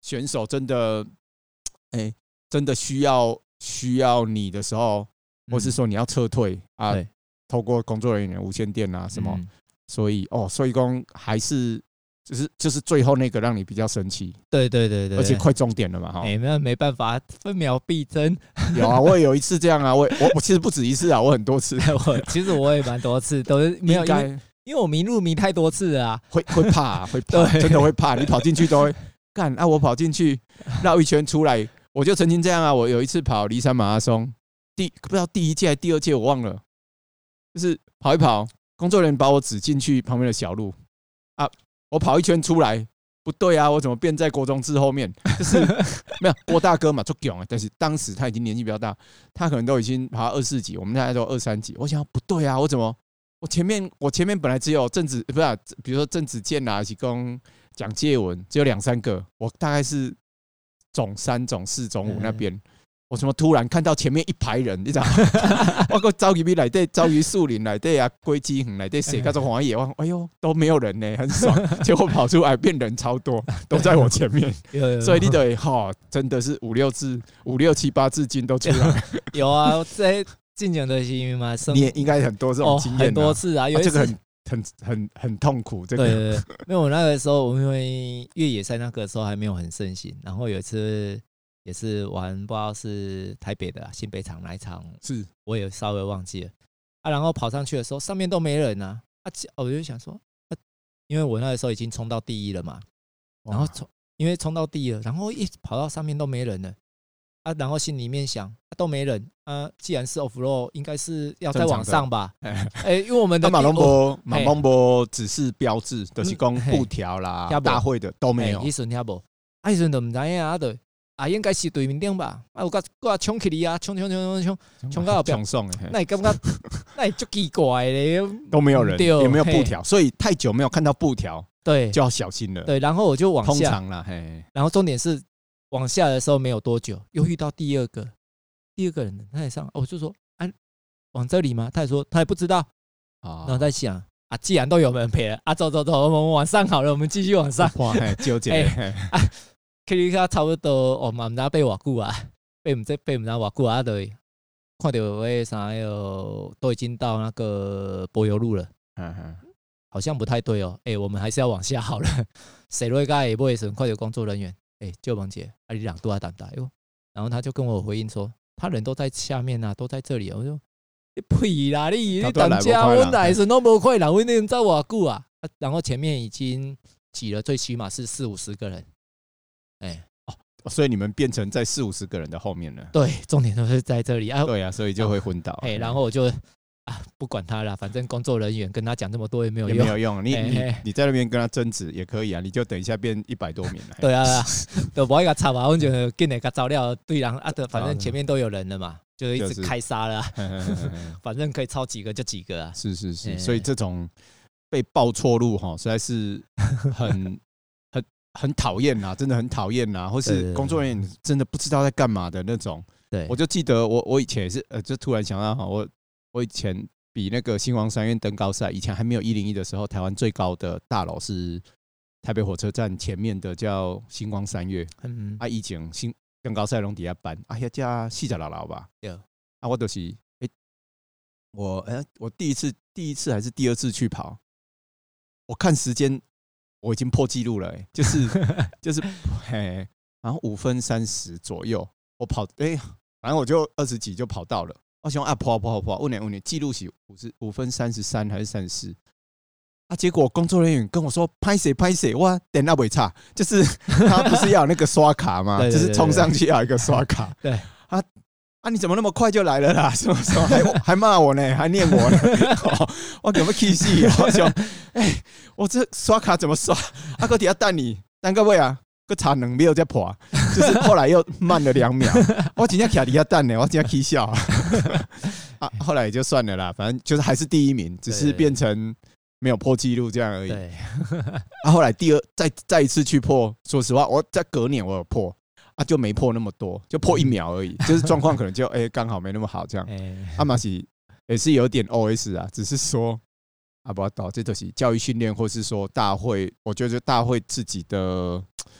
选手真的，哎、欸，真的需要需要你的时候，或是说你要撤退、嗯、啊，透过工作人员无线电啊什么，嗯、所以哦，所以讲还是就是就是最后那个让你比较生气， 对对对 对, 對， 而且快终点了嘛哈， 哎、欸，那没办法，分秒必争。 有啊，我也有一次这样啊，我我我其实不止一次啊，我很多次， 我其实我也蛮多次，都是没有因为因为我迷路迷太多次了啊， 会会怕、啊，会怕，真的会怕，你跑进去都会干啊，我跑进去绕一圈出来，我就曾经这样啊，我有一次跑骊山马拉松，第不知道第一届还是第二届我忘了，就是跑一跑，工作人员把我指进去旁边的小路啊，我跑一圈出来。不对啊，我怎么变在国中志后面？就是没有郭大哥嘛，足强啊！但是当时他已经年纪比较大，他可能都已经跑到二四级，我们现在都二三级。我想不对啊，我怎么我前面我前面本来只有郑子不是、啊，比如说郑子健啊，提供蒋介文只有两三个，我大概是总三、总四、总五那边。我怎么突然看到前面一排人？你知道？我个走去内底，走去树林内底啊，龟鸡园内底写各种黄野，哎呦都没有人呢，很爽。结果跑出来变人超多，都在我前面。所以你得哈，真的是五六字、五六七八字经都出来。 有啊，在进讲的新闻嘛， 你也应该很多这种经验、啊哦， 很多次啊。有一次、 啊、这个很很很很痛苦。这个对对对，因为我那个时候，因为越野赛那个时候还没有很盛行，然后有一次。也是玩不知道是台北的、啊、新北场那一场， 是我也稍微忘记了啊。然后跑上去的时候，上面都没人啊啊！我就想说、啊，因为我那个时候已经冲到第一了嘛，然后冲，因为冲到第一了，然后一跑到上面都没人了啊，然后心里面想、啊、都没人啊，既然是 off road， 应该是要再往上吧？哎、欸，因为我们的马龙波马龙波只是标志，就是讲布条啦、嗯、大会的都没有。 迄阵遐无，啊，迄阵都唔知影啊，对。啊，应该是对面顶吧？啊，有甲我冲起嚟啊，冲冲冲冲冲冲到后边，那你感觉那就奇怪嘞， 都没有人，也没有布条，所以太久没有看到布条， 对， 就要小心了。 对，然后我就往下， 通常啦，嘿。 然后重点是往下的时候没有多久，又遇到第二个第二个人，他也上，我就说，啊，往这里吗？他也说他也不知道，然后在想。啊，既然都有人陪了，啊，走走走，我们往上好了，我们继续往上。 哇，纠结。 啊去你卡差不多，哦嘛唔知爬偌久啊，爬唔知爬唔知偌久啊，就看到那啥哟，都已经到那个柏油路了，嗯嗯，好像不太对哦，哎、欸，我们还是要往下好了。谁落下也不会神，快点工作人员，哎、欸，救忙姐，啊，你两度啊等待哟，然后他就跟我回应说，他人都在下面啊，都在这里。我说你屁啦，你你等下我来时都不快啦，我那人在偌久啊，然后前面已经挤了，最起码是四五十个人。哎、欸、 哦，所以你们变成在四五十个人的后面了。 对，重点都是在这里啊。 对啊，所以就会昏倒。哎、 欸，然后我就啊，不管他了，反正工作人员跟他讲这么多也没有用， 也没有用。你、欸、你你在那边跟他争执也可以啊，你就等一下变一百多名了。 对啊，都不一个插嘛，我就给你个照料对然啊，对，反正前面都有人了嘛，就一直开杀了、啊，反正可以超几个就几个啊。 是是是，欸、所以这种被报错路哈，实在是很。很讨厌呐，真的很讨厌呐，或是工作人员真的不知道在干嘛的那种。对，我就记得我我以前也是呃，就突然想到哈，我我以前比那个新王三院登高赛，以前还没有一零一的时候，台湾最高的大楼是台北火车站前面的叫星光三月。嗯啊，以前新登高赛拢底下办，啊，遐叫四十六楼吧。对，啊，我就是哎、欸，我哎、欸，我第一次第一次还是第二次去跑，我看时间。我已经破纪录了、欸，就是就是嘿，然后五分三十左右，我跑哎、欸，反正我就二十几就跑到了。我想啊，跑跑跑，问你问你，记录是五十五分三十三还是三十四？啊，结果工作人员跟我说拍谁拍谁，哇，点那不差，就是他不是要有那个刷卡吗？对对对对，就是冲上去要一个刷卡。对啊。啊！你怎么那么快就来了啦？什么什么还还骂我呢？还念我呢？哦、我怎么气死？我想，哎、欸，我这刷卡怎么刷？啊，搁底下等你，等个位啊，搁差两秒再破，就是后来又慢了两秒。我今天卡底下等呢，我今天气笑啊！后来也就算了啦，反正就是还是第一名，只是变成没有破纪录这样而已。对。啊，后来第二再再一次去破，说实话，我在隔年我有破。啊，就没破那么多，就破一秒而已，就是状况可能就哎刚好没那么好这样。阿马西也是有点 O S 啊，只是说啊不到这都是教育训练，或是说大会，我觉得大会自己的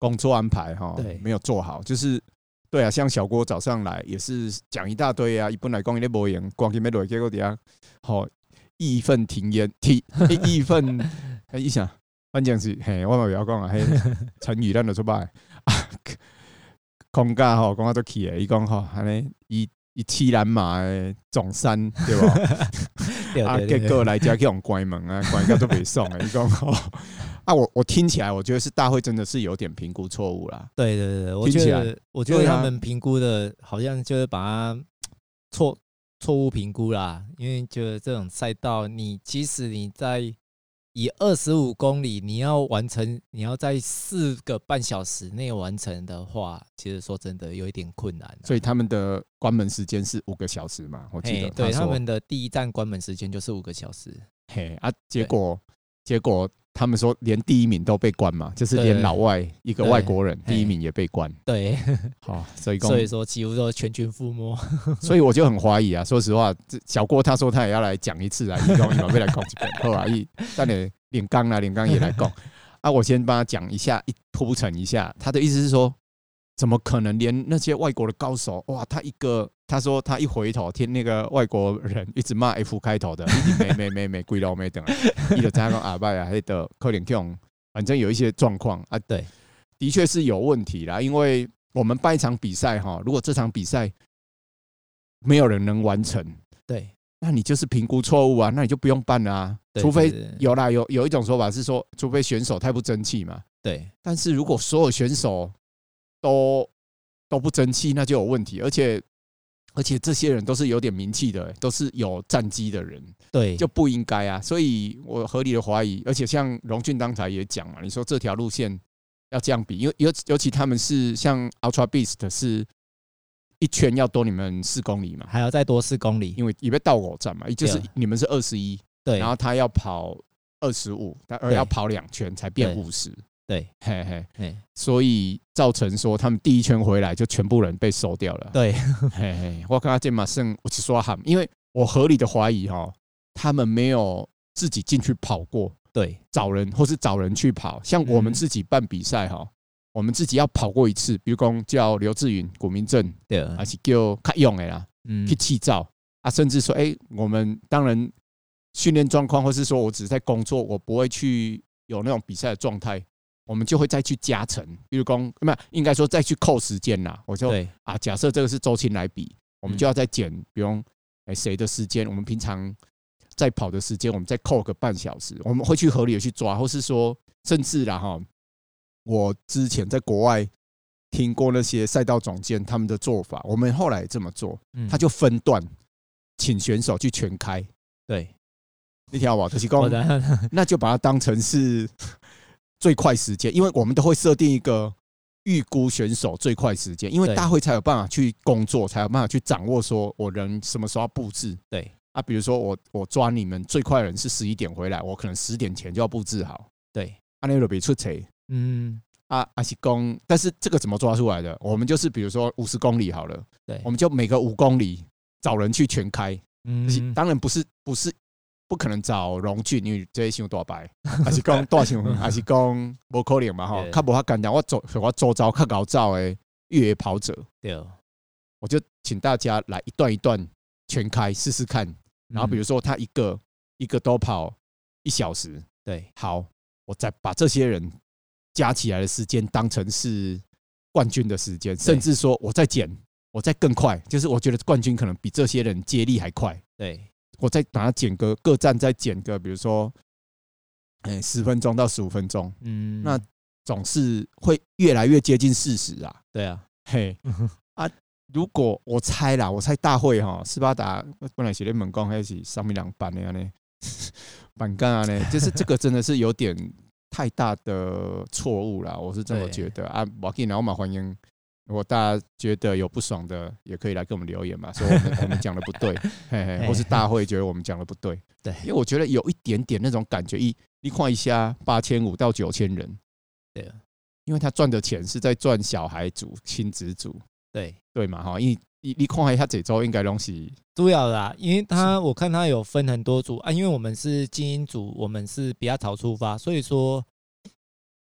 工作安排哈， 对， 没有做好，就是对啊，像小郭早上来也是讲一大堆啊，伊本来讲伊咧无闲，光去要落，结果底下好义愤填膺，提义愤，哎，一想，反正是嘿，我嘛不要讲啊，嘿，成语咱就出摆啊，空架吼，讲啊都起诶，伊讲吼，安尼伊。伊骑蓝马的总山对吧？啊，结果来家去用关门啊，关到都没送哎。伊讲吼啊，我我听起来，我觉得是大会真的是有点评估错误啦。 对对对，我觉得我觉得他们评估的好像就是把它错错误评估啦，因为就是这种赛道，你即使你在以二十五公里，你要完成，你要在四个半小时内完成的话，其实说真的有一点困难、啊。 所以他们的关门时间是五个小时嘛？我记得对他们的第一站关门时间就是五个小时。 嘿啊，结果结果他们说连第一名都被关嘛，就是连老外一个外国人第一名也被关。 对， 好，所以所以说几乎都全军覆没。 所以我就很怀疑啊，说实话，小郭他说他也要来讲一次啊，伊讲伊嘛要来讲一遍，好啊，伊等下连刚啦，连刚也来讲啊，我先帮他讲一下，一铺陈一下，他的意思是说，怎么可能连那些外国的高手哇，他一个。他说他一回头，听那个外国人一直骂 F 开头的，一直没没没没归老没等，伊就知影讲阿拜啊，迄个可能这种，反正有一些状况啊， 对， 的确是有问题啦。因为我们办一场比赛哈，如果这场比赛没有人能完成， 对， 那你就是评估错误啊，那你就不用办啦、啊。除非有啦，有有一种说法是说，除非选手太不争气嘛。 对， 但是如果所有选手都都不争气，那就有问题，而且。而且这些人都是有点名气的，都是有战绩的人， 对， 就不应该啊。所以我合理的怀疑，而且像荣俊刚才也讲嘛，你说这条路线要这样比，因为尤尤其他们是像 Ultra Beast 是一圈要多你们四公里嘛， 还要再多四公里， 因为也被倒狗站嘛，也就是你们是二十一， 对， 然后他要跑二十五，而要跑两圈才变五十。 对， 嘿嘿嘿，所以造成说他们第一圈回来就全部人被收掉了。 对， 嘿嘿，我看到这马上我去刷喊，因为我合理的怀疑哈，他们没有自己进去跑过， 对， 找人或是找人去跑。像我们自己办比赛哈，我们自己要跑过一次，比如说叫刘志云、古明正， 对， 还是叫卡用的啦，嗯，去气造啊，甚至说，哎、欸，我们当然训练状况，或是说我只是在工作，我不会去有那种比赛的状态。我们就会再去加成，比如说，没有，应该说再去扣时间啦。我就啊，假设这个是周青来比，我们就要再减，比如哎谁的时间，我们平常在跑的时间，我们再扣个半小时，我们会去合理的去抓，或是说，甚至啦哈，我之前在国外听过那些赛道总监他们的做法，我们后来也这么做，他就分段请选手去全开， 对， 你听好不好？就是讲，那就把它当成是。最快时间，因为我们都会设定一个预估选手最快时间，因为大会才有办法去工作，才有办法去掌握说我人什么时候要布置。 对啊，比如说我我抓你们最快的人是十一点回来，我可能十点前就要布置好。 对， 啊，那个别出错。嗯，啊啊是公，但是这个怎么抓出来的？我们就是比如说五十公里好了，对，我们就每个五公里找人去全开。嗯，当然不是不是。不可能找荣俊，因为这些太大牌，还是讲大伤，还是讲无可能嘛吼，较无较简单。我周我周遭较高照的越野跑者，对，我就请大家来一段一段全开试试看。然后比如说他一个一个都跑一小时，对，好，我再把这些人加起来的时间当成是冠军的时间，甚至说我再减，我再更快，就是我觉得冠军可能比这些人接力还快，对。我再把它减个各站再减个，比如说，哎，十分钟到十五分钟，嗯，那总是会越来越接近事实啊。对啊，嘿啊，如果我猜啦，我猜大会哈，斯巴达本来写的猛攻还是上面两班的呢，板杆啊呢，就是这个真的是有点太大的错误啦，我是这么觉得啊。我给然后嘛欢迎。如果大家觉得有不爽的，也可以来给我们留言嘛，说我们我们讲的不对，嘿嘿，或是大会觉得我们讲的不对，对，因为我觉得有一点点那种感觉，一你看一下八千五到九千人，对，因为他赚的钱是在赚小孩组、亲子组，对对嘛哈，因为你你看一下这周应该东西主要啦，因为他我看他有分很多组啊，因为我们是精英组，我们是比较早出发，所以说。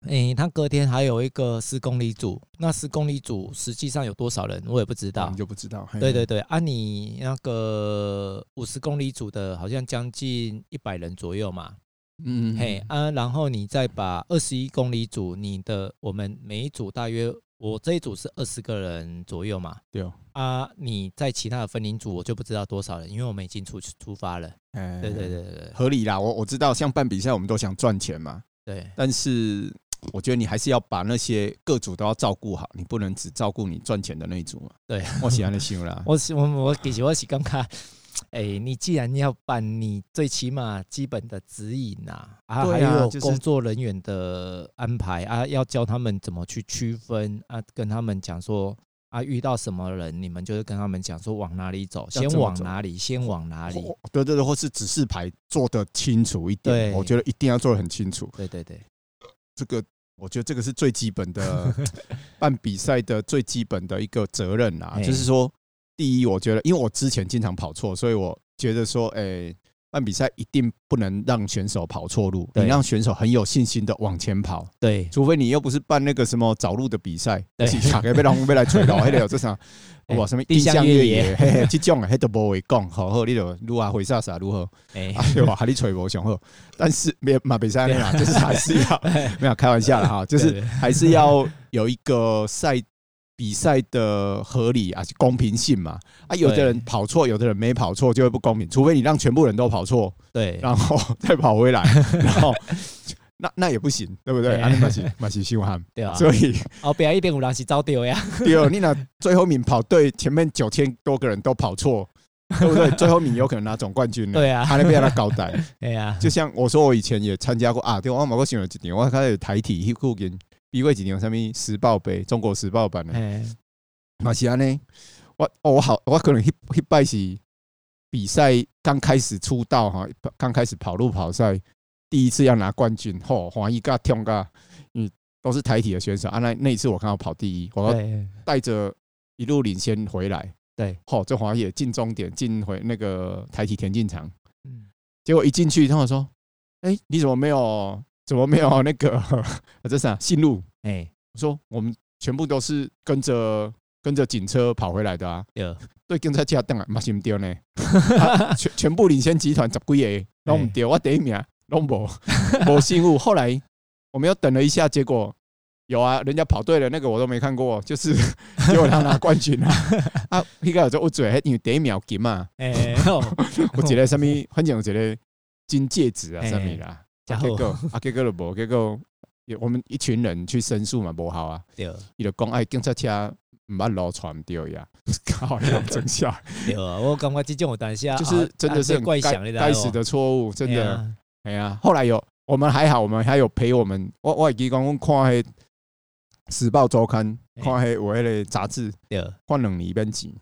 诶，他隔天还有一个十公里组，那十公里组实际上有多少人，我也不知道， 你就不知道。 对对对，啊，你那个五十公里组的，好像将近一百人左右嘛。嗯，嘿啊，然后你再把二十一公里组，你的我们每一组大约，我这一组是二十个人左右嘛。 对啊，你在其他的分龄组，我就不知道多少人，因为我们已经出出发了。欸、对对对对， 合理啦。我我知道，像办比赛，我们都想赚钱嘛。 对， 但是我觉得你还是要把那些各组都要照顾好，你不能只照顾你赚钱的那一组嘛。 对， 我喜欢的想啦。 我我我其实我是感觉。哎、欸，你既然要办，你最起码基本的指引啊，啊，啊还有工作人员的安排啊，要教他们怎么去区分啊，跟他们讲说啊，遇到什么人，你们就是跟他们讲说往哪里走，先往哪里，先往哪里。 对对对，或是指示牌做得清楚一点，我觉得一定要做得很清楚。 对对对， 这个我觉得这个是最基本的办比赛的最基本的一个责任啊，就是说。第一，我觉得，因为我之前经常跑错，所以我觉得说，哎、欸，办比赛一定不能让选手跑错路，你让选手很有信心的往前跑。对，除非你又不是办那个什么找路的比赛，是大家要让要来吹到，迄个这啥，哇，什么地向越野，嘿嘿，这种的，迄都无话讲，好好，你就如何回啥啥如何，哎，对吧？还你吹无上好，但是没嘛比赛啦，就是还是要没有开玩笑啦哈，就是还是要有一个赛。比赛的合理啊，公平性嘛啊，有的人跑错，有的人没跑错，就会不公平。除非你让全部人都跑错，对，然后再跑回来，然后那那也不行，对不对？啊，那嘛是嘛是凶悍，对啊。所以后边一定有人是走丢呀。 对，你那最后面跑对，前面九千多个人都跑错，对不对？最后面有可能拿总冠军了。对啊，他那边让他交代。对啊，就像我说，我以前也参加过啊，对，我某个想了一点，我开始台体迄附近。比过几年什么时报杯，中国时报版的，嘛是安尼。我我好，我可能迄迄摆是比赛刚开始出道哈，刚开始跑路跑赛，第一次要拿冠军，吼，欢喜甲痛甲，嗯，都是台体的选手啊。那那一次我看到跑第一，我要带着一路领先回来，对，吼，这欢喜进终点，进回那个台体田径场，嗯，结果一进去，他们说，哎、欸，你怎么没有？怎么没有那个？这啥信路？哎、欸，我说我们全部都是跟着跟着警车跑回来的啊。Yeah. 对，警察车等啊，嘛是唔对呢。啊、全全部领先集团十几个，拢唔对，我第一名，拢无无信路。后来我们又等了一下，结果有啊，人家跑对了，那个我都没看过，就是结果他拿冠军啊。啊，那个就有嘴，因为第一秒金嘛。哎、欸，我记得什么，反正有一个金戒指啊，什么啦。啊，结果啊，结果就无，结果我们一群人去申诉嘛，无好啊。对，伊就讲哎，警察车唔捌路传唔对呀，靠，真笑。 对啊，我感觉这种有当下就是真的是怪想该死的错误，真的。哎呀，后来有我们还好，我们还有陪我们。我我记讲，我看迄《时报周刊》，看迄有迄个杂志，换两年免钱。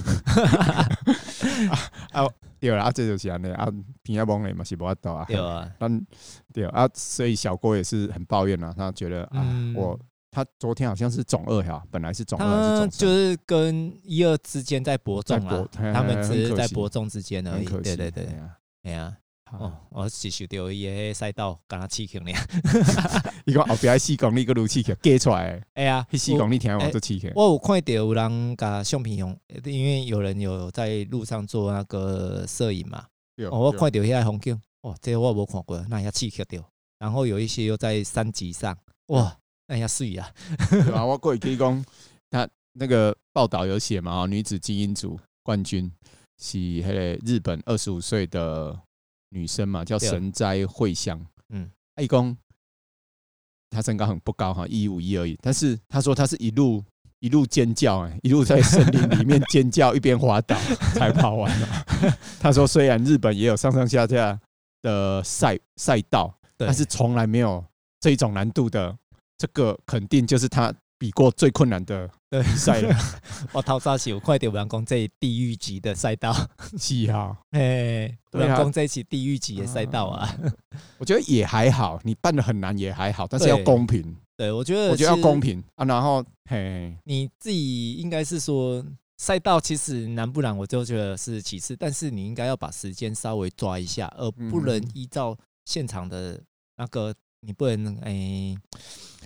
啊。对啦，啊，这就是安尼啊，平亚蒙嘞嘛是无法度啊。对啊，但对啊，所以小郭也是很抱怨啊，他觉得啊，嗯、我他昨天好像是总二哈，本来是总二还是总三， 就是跟一二之间在伯仲啊，他们只是在伯仲之间而已。对对对，哎呀。哦，我是受到伊个赛道，敢若刺激呢。 伊讲后壁四公里个路刺激，加出来。哎呀，迄四公里听我都刺激。 我有看到有人甲相片用，因为有人有在路上做那个摄影嘛。哦、我看到遐个风景，哇，这个我无看过，那遐刺激到。然后有一些又在山脊上，哇，那遐水啊。 对啊，我过去讲，他那个报道有写嘛，女子精英组冠军是迄个日本二十五岁的。女生嘛，叫神斋惠香。嗯，她讲她身高很不高哈，一五一而已。但是她说她是一路一路尖叫，哎，一路在森林里面尖叫，一边滑倒才跑完了。她说虽然日本也有上上下下的赛赛道，但是从来没有这种难度的，这个肯定就是她比过最困难的比赛了。 我头早是有看到有人讲这地狱级的赛道， 是啊， 哎，有人讲这是地狱级的赛道啊。 我觉得也还好，你办得很难也还好，但是要公平。 对，我觉得我觉得要公平啊。然后，嘿， 你自己应该是说赛道其实难不难，我就觉得是其次，但是你应该要把时间稍微抓一下，而不能依照现场的那个，你不能哎。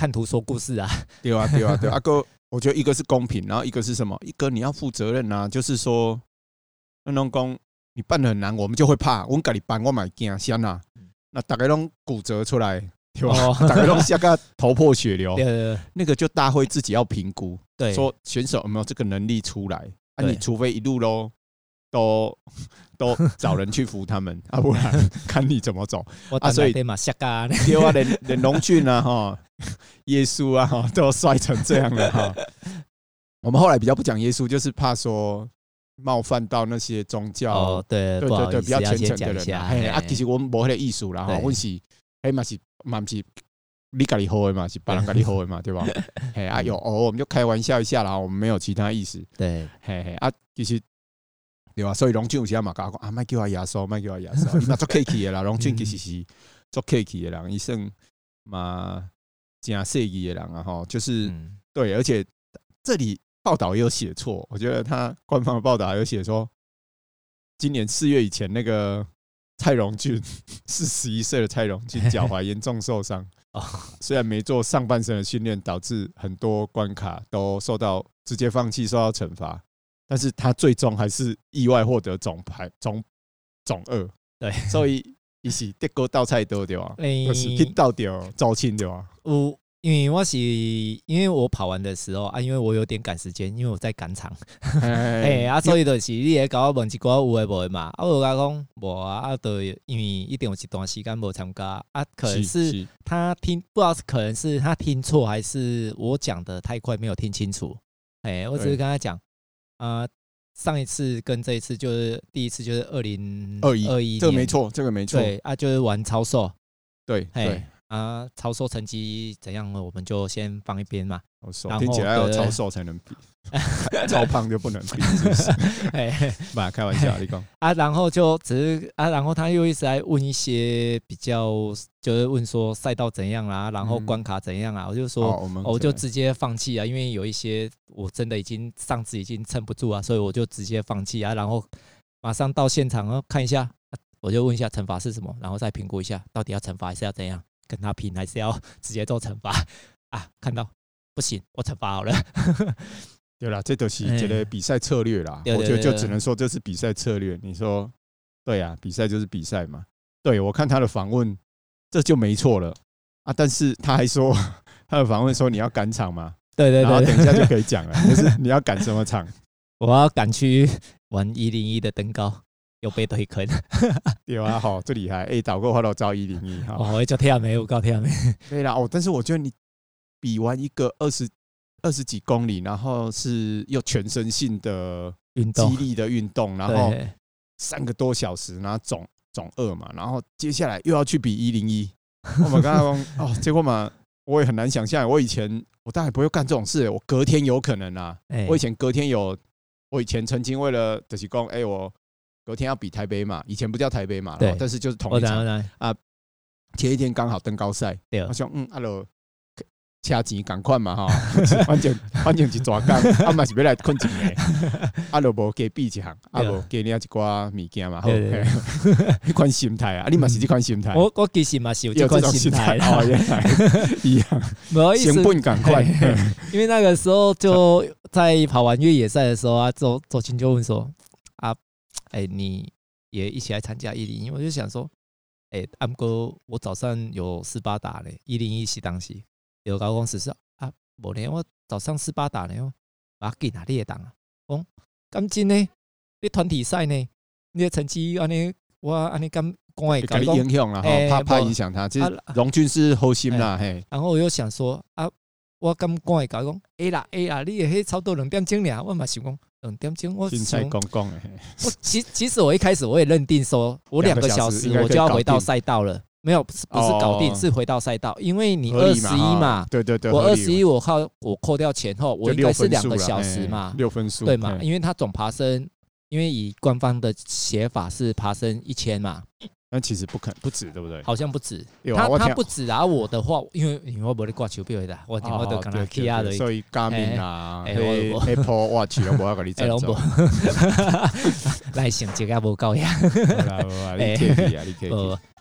看图说故事啊。 对啊，对啊，对啊。哥，我觉得一个是公平，然后一个是什么？一个你要负责任啊，就是说，那种讲你办得很难，我们就会怕。我跟你办，我买惊先啊。那大概拢骨折出来，对吧？哦、大概拢下个头破血流， 对对对， 那个就大会自己要评估， 对， 说选手有没有这个能力出来。啊，你除非一路喽。都都找人去扶他们，啊，不然看你怎么走。 啊，所以对嘛，下嘎， 对啊，连连龙俊啊，哈，耶稣啊，哈，都摔成这样了哈。我们后来比较不讲耶稣，就是怕说冒犯到那些宗教， 哦、对对对对，比较虔诚的人啊。 嘿啊，其实我们无迄个艺术啦，哈，我是嘿嘛是嘛是你家己好的嘛，是别人家己好的嘛，对吧？嘿啊有哦，我们就开玩笑一下啦，我们没有其他意思。 对， 嘿嘿啊，其实。对啊，所以龙俊有时嘛讲啊，莫叫我耶稣，莫叫我耶稣，伊嘛做客气的啦。龙俊其实是做客气的人，伊算嘛真设计的人啊，哈，就是、嗯、对，而且这里报道也有写错，我觉得他官方的报道还有写说，今年四月以前那个蔡荣俊四十一岁的蔡荣俊脚踝严重受伤，虽然没做上半身的训练，导致很多关卡都受到直接放弃，受到惩罚。但是他最终还是意外获得总排总总二， 对， 所以伊是得过倒菜多对吧？就是去倒掉周青对吧？ 有，因为我是因为我跑完的时候啊，因为我有点赶时间，因为我在赶场，哎啊，所以就是你会甲我问一寡有诶无诶嘛，啊，我甲讲无啊，啊，就因为一定有一段时间无参加啊，可能是他听不知道，可能是他听错，还是我讲的太快没有听清楚，哎，我只是跟他讲。啊、呃，上一次跟这一次就是第一次就是二零二一二一， 这个没错，这个没错。 对啊，就是玩超瘦， 对对啊，超瘦成绩怎样呢？我们就先放一边嘛。 超听起来要超瘦才能比，超胖就不能比，是不是？哎，不，开玩笑，你讲啊，然后就只是啊，然后他又一直在问一些比较，就是问说赛道怎样啦，然后关卡怎样啊，嗯、我就说，哦、我, 我就直接放弃啊，因为有一些我真的已经上肢已经撑不住啊，所以我就直接放弃啊，然后马上到现场啊看一下，我就问一下惩罚是什么，然后再评估一下到底要惩罚还是要怎样，跟他拼还是要直接做惩罚啊？看到。不行，我惩罚好了。 对啦，这都是一个比赛策略啦。我觉得就只能说这是比赛策略。你说对啊，比赛就是比赛嘛。对，我看他的访问，这就没错了啊。但是他还说他的访问说你要赶场嘛？ 对对对。 然后等一下就可以讲了，就是你要赶什么场？ 我要赶去玩一零一的登高。又被推坑， 对啊，好，最厉害！哎、欸，导购花到招一零一， 哦，我叫天没，我告天没。 对啦，哦，但是我觉得你。比完一个二十二十几公里，然后是又全身性的运动、 激励的运动，然后三个多小时，然后总总二嘛，然后接下来又要去比一零一。我们刚刚哦，结果嘛，我也很难想象，我以前我大概不会干这种事，我隔天有可能啊。欸、我以前隔天有，我以前曾经为了就是讲，哎、欸，我隔天要比台北嘛，以前不叫台北嘛，但是就是同一场啊，前一天刚好登高赛，我想嗯，阿罗。车钱赶快嘛哈，反正反正是抓工，啊嘛是要来困一暝，啊就无加比一项，啊无加领一寡物件嘛，好，迄款心态啊，你嘛是这款心态。 我我其实嘛是有这款心态， 哦，原来一样， 不好意思， 成本赶快。 因为那个时候就在跑完越野赛的时候啊，周周青就问说啊，哎、欸，你也一起来参加一零一？我就想说，哎、欸，安哥，我早上有斯巴达嘞，一零一是当时。有高公司是啊，无呢，我早上斯巴达呢，我要给哪里也当啊？讲咁真呢，你团体赛呢，你的成绩安尼，我安尼咁讲会给你影响了哈，怕怕影响他。其实荣俊是好心啦，嘿。 然后我又想说啊，我咁讲会讲讲，哎啦哎啦，你迄差不多两点钟俩，我嘛想讲两点钟，我想讲讲诶。 我其其实我一开始我也认定说，我两个小时我就要回到赛道了。没有，不是搞定，是回到赛道，因为你二十一嘛， 对对对， 我二十一，我靠，我扣掉前后，我应该是两个小时嘛， 六分数， 对嘛？因为他总爬升，因为以官方的写法是爬升一千嘛， 但其实不可不止，对不对？ 好像不止，他他不止啊，我的话，因为因为我没得挂手表的，我我都跟他 K R 的， 所以 Garmin 啊 ，Apple Watch 都无要跟你争走， 来成绩也无够呀， 你客气啊，你客气。 啊，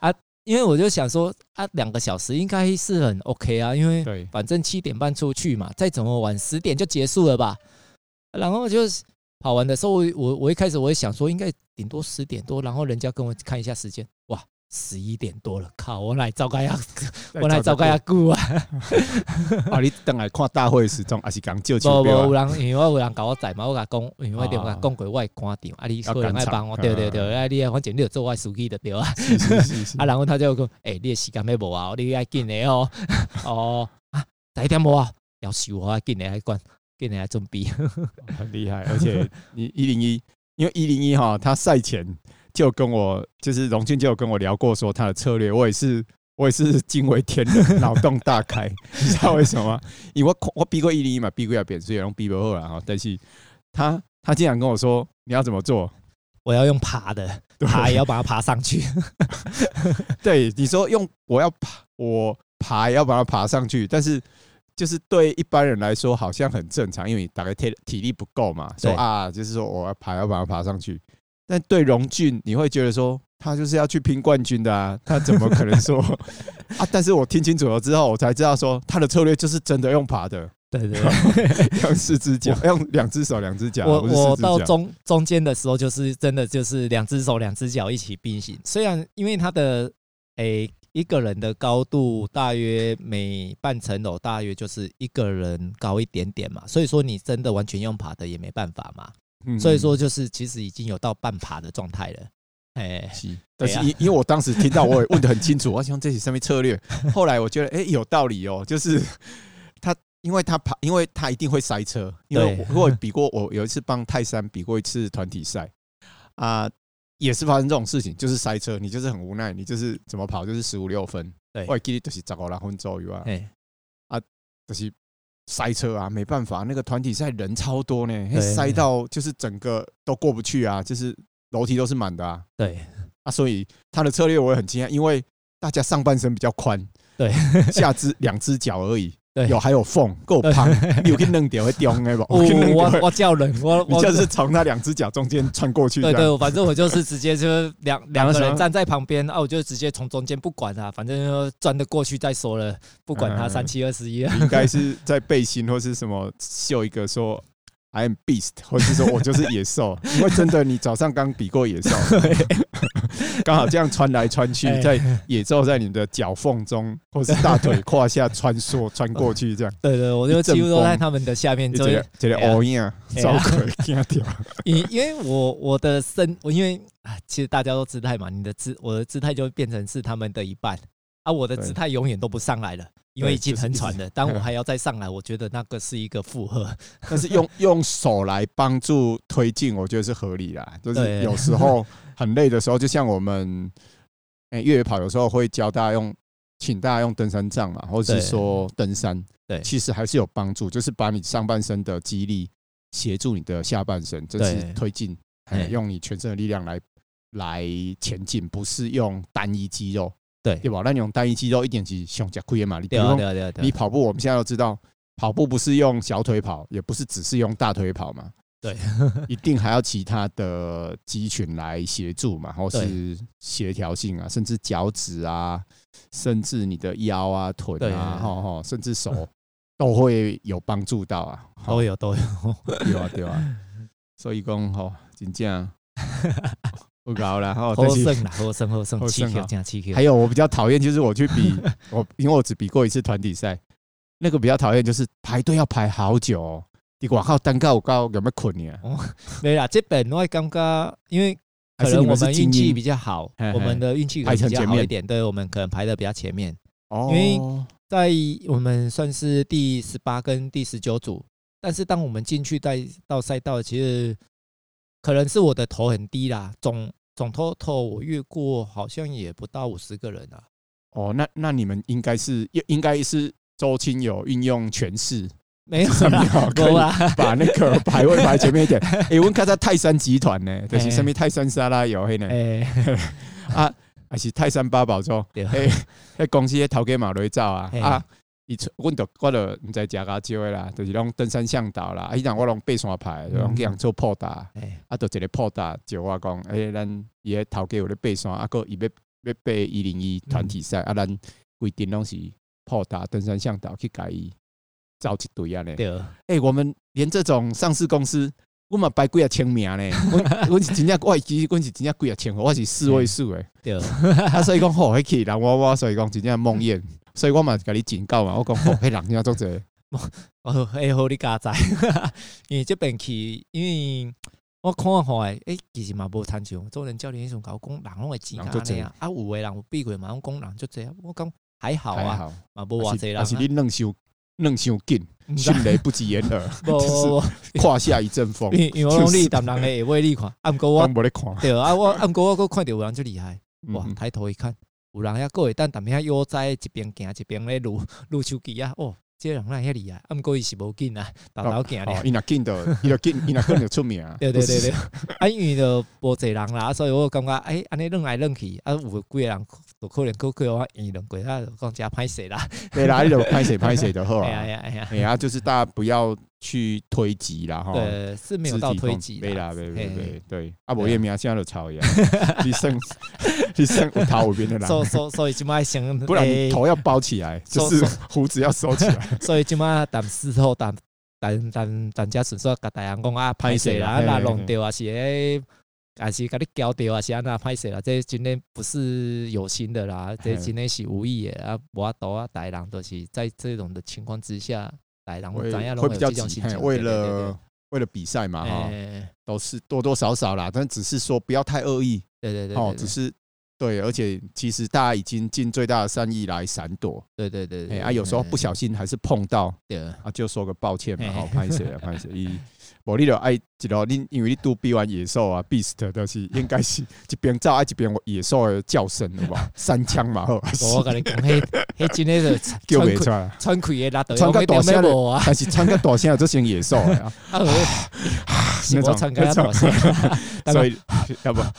因为我就想说啊，两个小时应该是很 OK 啊，因为对反正七点半出去嘛，再怎么晚十点就结束了吧。然后就是跑完的时候，我我我一开始我也想说，应该顶多十点多，然后人家跟我看一下时间，哇，十一点多了，靠！我来糟糕呀，我来糟糕呀，久啊！ 啊，你等来看大会时钟，还是讲借手无无有表啊？ 人，因为我有人甲我载嘛，我甲讲，因为我点我甲讲过，我会赶场，啊，你可能爱帮我，对对对，啊，你反正你有做我司机就对啊。 是是是是啊，然后他就讲，诶、欸，你的时间要无啊？你爱紧的哦，哦啊，十一点无啊？要收我紧的来管。给人家准备很厉害，而且你一零一，因为一零一哈，他赛前就跟我，就是荣俊就有跟我聊过，说他的策略，我也是，我也是惊为天人，脑洞大开，你知道为什么吗？因为我我比过一零一嘛，比过也变，所以用比不后了哈。但是他他竟然跟我说，你要怎么做？ 我要用爬的，爬也要把它爬上去。 对，你说用我要爬，我爬也要把它爬上去，但是。就是对一般人来说好像很正常，因为你大概体体力不够嘛，说啊，就是说我要爬要把它爬上去。但对荣俊，你会觉得说他就是要去拼冠军的啊，他怎么可能说啊？但是我听清楚了之后，我才知道说他的策略就是真的用爬的， 对对对， 用四只脚，用两只手两只脚。 我我到中中间的时候，就是真的就是两只手两只脚一起并行。虽然因为他的诶。欸一个人的高度大约每半层楼大约就是一个人高一点点嘛，所以说你真的完全用爬的也没办法嘛，嗯、所以说就是其实已经有到半爬的状态了。哎， 是，但是因因为我当时听到我也问得很清楚，我想这是什么策略？后来我觉得哎、欸、有道理哦，就是他因为他爬，因为他一定会塞车，因为我我比过，我有一次帮泰山比过一次团体赛啊。也是发生这种事情，就是塞车，你就是很无奈，你就是怎么跑就是十五六分，对，我记得就是十五六分左右啊，啊，就是塞车啊，没办法，那个团体赛人超多呢，塞到就是整个都过不去啊，就是楼梯都是满的啊，对，啊，所以他的策略我也很惊讶，因为大家上半身比较宽，对，下肢两只脚而已。有还有缝够胖，你有去弄掉会掉的吧？ 我我我叫人，我你就是从那两只脚中间穿过去。 对对，反正我就是直接就两两个人站在旁边啊，我就直接从中间不管他，反正钻得过去再说了，不管他三七二十一。 应该是在背心或是什么秀一个说 I am beast， 或是说我就是野兽，因为真的你早上刚比过野兽。刚好这样穿来穿去，在野兽在你的脚缝中，或是大腿胯下穿梭穿过去，这样。 对对，我就几乎都在他们的下面。 这个这个哦呀，糟鬼惊掉。 因因为我我的身，我因为其实大家都姿态嘛，你的姿我的姿态就变成是他们的一半啊，我的姿态永远都不上来了。因为已经很喘了，当我还要再上来，我觉得那个是一个负荷。 但是用用手来帮助推进，我觉得是合理啦。就是有时候很累的时候，就像我们欸越野跑，有时候会教大家用，请大家用登山杖嘛，或者是说登山，对，其实还是有帮助，就是把你上半身的肌力协助你的下半身，这是推进，用你全身的力量来来前进，不是用单一肌肉。对对吧？那你用单一肌肉一点是胸甲亏嘛？你比如说你跑步，我们现在都知道，跑步不是用小腿跑，也不是只是用大腿跑嘛。对，一定还要其他的肌群来协助嘛，或是协调性啊，甚至脚趾啊，甚至你的腰啊、臀啊，甚至手都会有帮助到啊。 都有都有， 对啊对啊。所以讲吼，真正。不高了， 好胜啦，好胜好胜，七 Q 加七 Q。 还有我比较讨厌就是我去比，我因为我只比过一次团体赛，那个比较讨厌就是排队要排好久哦。你外口等到有够有没有困呢？ 没啦，这本我感觉，因为可能我们运气比较好，我们的运气可能比较好一点，对，我们可能排的比较前面。哦，因为在我们算是第十八跟第十九组，但是当我们进去带到赛道，其实。可能是我的头很低啦，总总 total 我越过好像也不到五十个人啊。 哦，那那你们应该是应该是周青有运用权势， 没有啦， 可以把那个排位排前面一点。哎、欸，我们看在泰山集团呢，就是上面泰山沙拉油黑呢，欸、啊，还是泰山八宝粥，哎，那公司的头家嘛来走啊啊。伊阮就我就毋知食甲少诶啦，就是拢登山向导啦。啊，迄阵我拢爬山派，拢去人做破搭，啊，就一个破搭就我讲，诶、欸，咱伊个头家有咧爬山，啊，个伊要要背一零一团体赛、嗯、啊，咱规定拢是破打登山向导去改伊招一堆啊呢。 对， 哎、欸，我们连这种上市公司，我嘛排几啊千名呢。我我是真正我其实我是真正几啊千，我是四位数诶。 对， 啊，所以讲好，迄去人我我所以讲真正梦魇，所以我嘛甲你警告嘛，我讲好，迄人真正做者。 哦，哎，好你加知，因为这边去，因为我看看诶，诶，其实嘛无参像做人教练迄种甲我讲，人拢会钱安尼啊，啊有诶人有避过嘛，讲讲人就这样，我讲还好啊，嘛无偌济人， 但是你弄伤弄伤紧，迅雷不及掩耳，就是胯下一阵风。 因为我拢你谈人诶，话你看，啊，毋过我无咧看， 对啊，我啊，毋过我佫看到有人就厉害，哇，抬头一看，有人遐佫会等，但遐悠哉一边行一边咧撸撸手机啊，哦。这人哪遐厉害，啊！毋过伊是无紧啊，豆豆行咧。 伊若紧就，伊若紧，伊若紧就出名。 对对对对，啊，因为就无侪人啦，所以我感觉，哎，安尼轮来轮去，啊，有几个人就可能过过我议论过，啊，讲真歹势啦。 对啦，你就歹势歹势就好啊。 哎呀哎呀哎呀，就是大家不要去推挤啦，哈。 对，是没有到推挤。 没啦，没没没对。啊，无伊名现在就吵一样，你剩你剩有头有面的人。 所所所以即摆先， 不然你头要包起来，就是胡子要收起来。 所以即摆谈事后谈谈谈谈家纯说甲大人讲啊，歹势啦，啊弄掉啊是诶，还是甲你交掉啊是安那歹势啦，这真的不是有心的啦，这真的是无意的啊，无法度啊，大人都是在这种的情况之下，大人怎样会比较急，为了为了比赛嘛哈，都是多多少少啦，但只是说不要太恶意， 对对对， 哦，只是。对，而且其实大家已经尽最大的善意来闪躲。 对对对对， 哎啊，有时候不小心还是碰到， 对啊，就说个抱歉嘛，好，拍谁啊，拍谁。伊，无你就爱一路，你因为你拄比完野兽啊 ，beast 就是应该是一边照爱一边野兽的叫声，好不好？三枪嘛，好。 我跟你讲，迄迄真诶是叫袂出来， 穿开诶拉到， 穿个大声的啊， 但是穿个大声就像野兽啊， 那种穿个大声， 所以要不。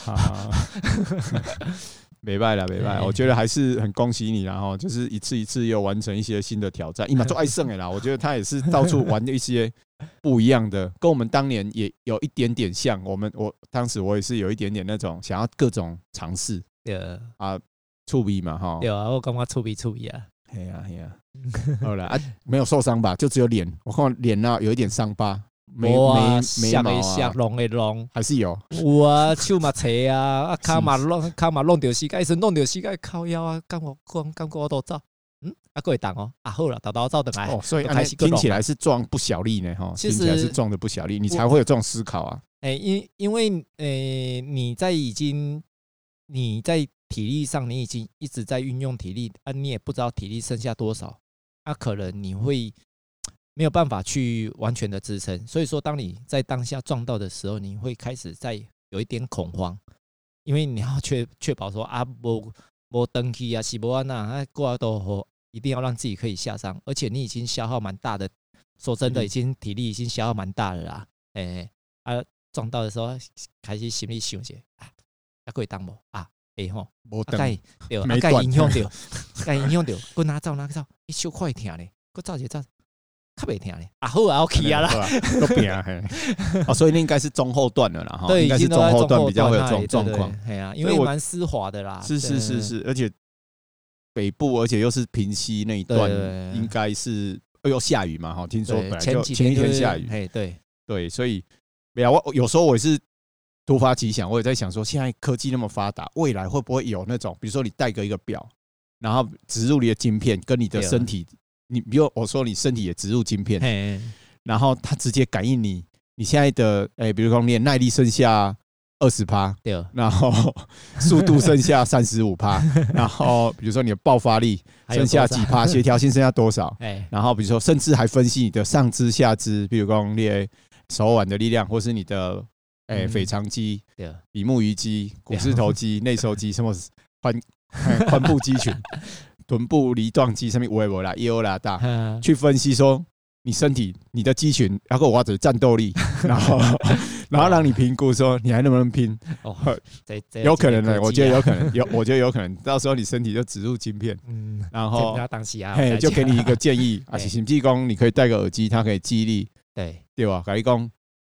没败了，没败，我觉得还是很恭喜你啦哈，就是一次一次又完成一些新的挑战。伊嘛做爱胜的啦，我觉得他也是到处玩一些不一样的，跟我们当年也有一点点像。我们我当时我也是有一点点那种想要各种尝试， 对啊，触鼻嘛哈， 对啊，我感觉触鼻触鼻啊， 嘿呀嘿呀，好了啊，没有受伤吧？就只有脸，我看脸那有一点伤疤。眉眉眉毛啊， 弄的弄还是有， 有啊，手嘛切啊，啊骹嘛弄，骹嘛弄到膝盖，是弄到膝盖靠腰啊，感觉感感觉我都走，嗯，啊，各位档哦，啊好了，豆豆走等来， 哦，所以听起来是撞不小力呢，哈，听起来是撞的不小力，你才会有这种思考啊。 哎、欸，因因为呃、欸，你在已经你在体力上，你已经一直在运用体力啊，你也不知道体力剩下多少，啊，可能你会。没有办法去完全的支撑，所以说当你在当下撞到的时候，你会开始在有一点恐慌，因为你要确确保说啊，无无登去啊，是无安那啊，过都好，一定要让自己可以下山，而且你已经消耗蛮大的，说真的，已经体力已经消耗蛮大了啦，哎、欸、啊，撞到的时候开始心里想一下啊，还可以当无啊，哎吼， 无当， 对，啊，该影响到，该影响到，佮哪走哪走，一小块疼咧，佮走一走。较袂听咧，啊好啊 ，OK 啊啦， 都变啊，哦，所以那应该是中后段了啦，哈， 对， 应该是中后段比较会有这种状况， 对啊，因为蛮湿滑的啦， 是是是是，而且北部，而且又是平溪那一段，应该是又下雨嘛，哈，听说本来就前一天下雨， 哎，对对，所以没有，我有时候我也是突发奇想，我也在想说，现在科技那么发达，未来会不会有那种，比如说你带个一个表，然后植入你的晶片，跟你的身体。你比如我说你身体也植入晶片，然后它直接感应你你现在的哎、欸，比如说你的耐力剩下二十趴，然后速度剩下三十五趴，然后比如说你的爆发力剩下几趴，协调性剩下多少，然后比如说甚至还分析你的上肢下肢，比如说你的手腕的力量，或是你的哎、欸、腓肠肌、比目鱼肌、股四头肌、内收肌，什么髋髋部肌群。臀部梨状肌上面微微啦、腰啦大，去分析说你身体、你的肌群，然后或者战斗力，然后然后让你评估说你还能不能拼。哦，有可能的，我觉得有可能，有我觉得有可能，到时候你身体就植入晶片，嗯，然后嘿就给你一个建议啊，是甚至讲你可以戴个耳机，它可以记忆力，对对吧？跟你讲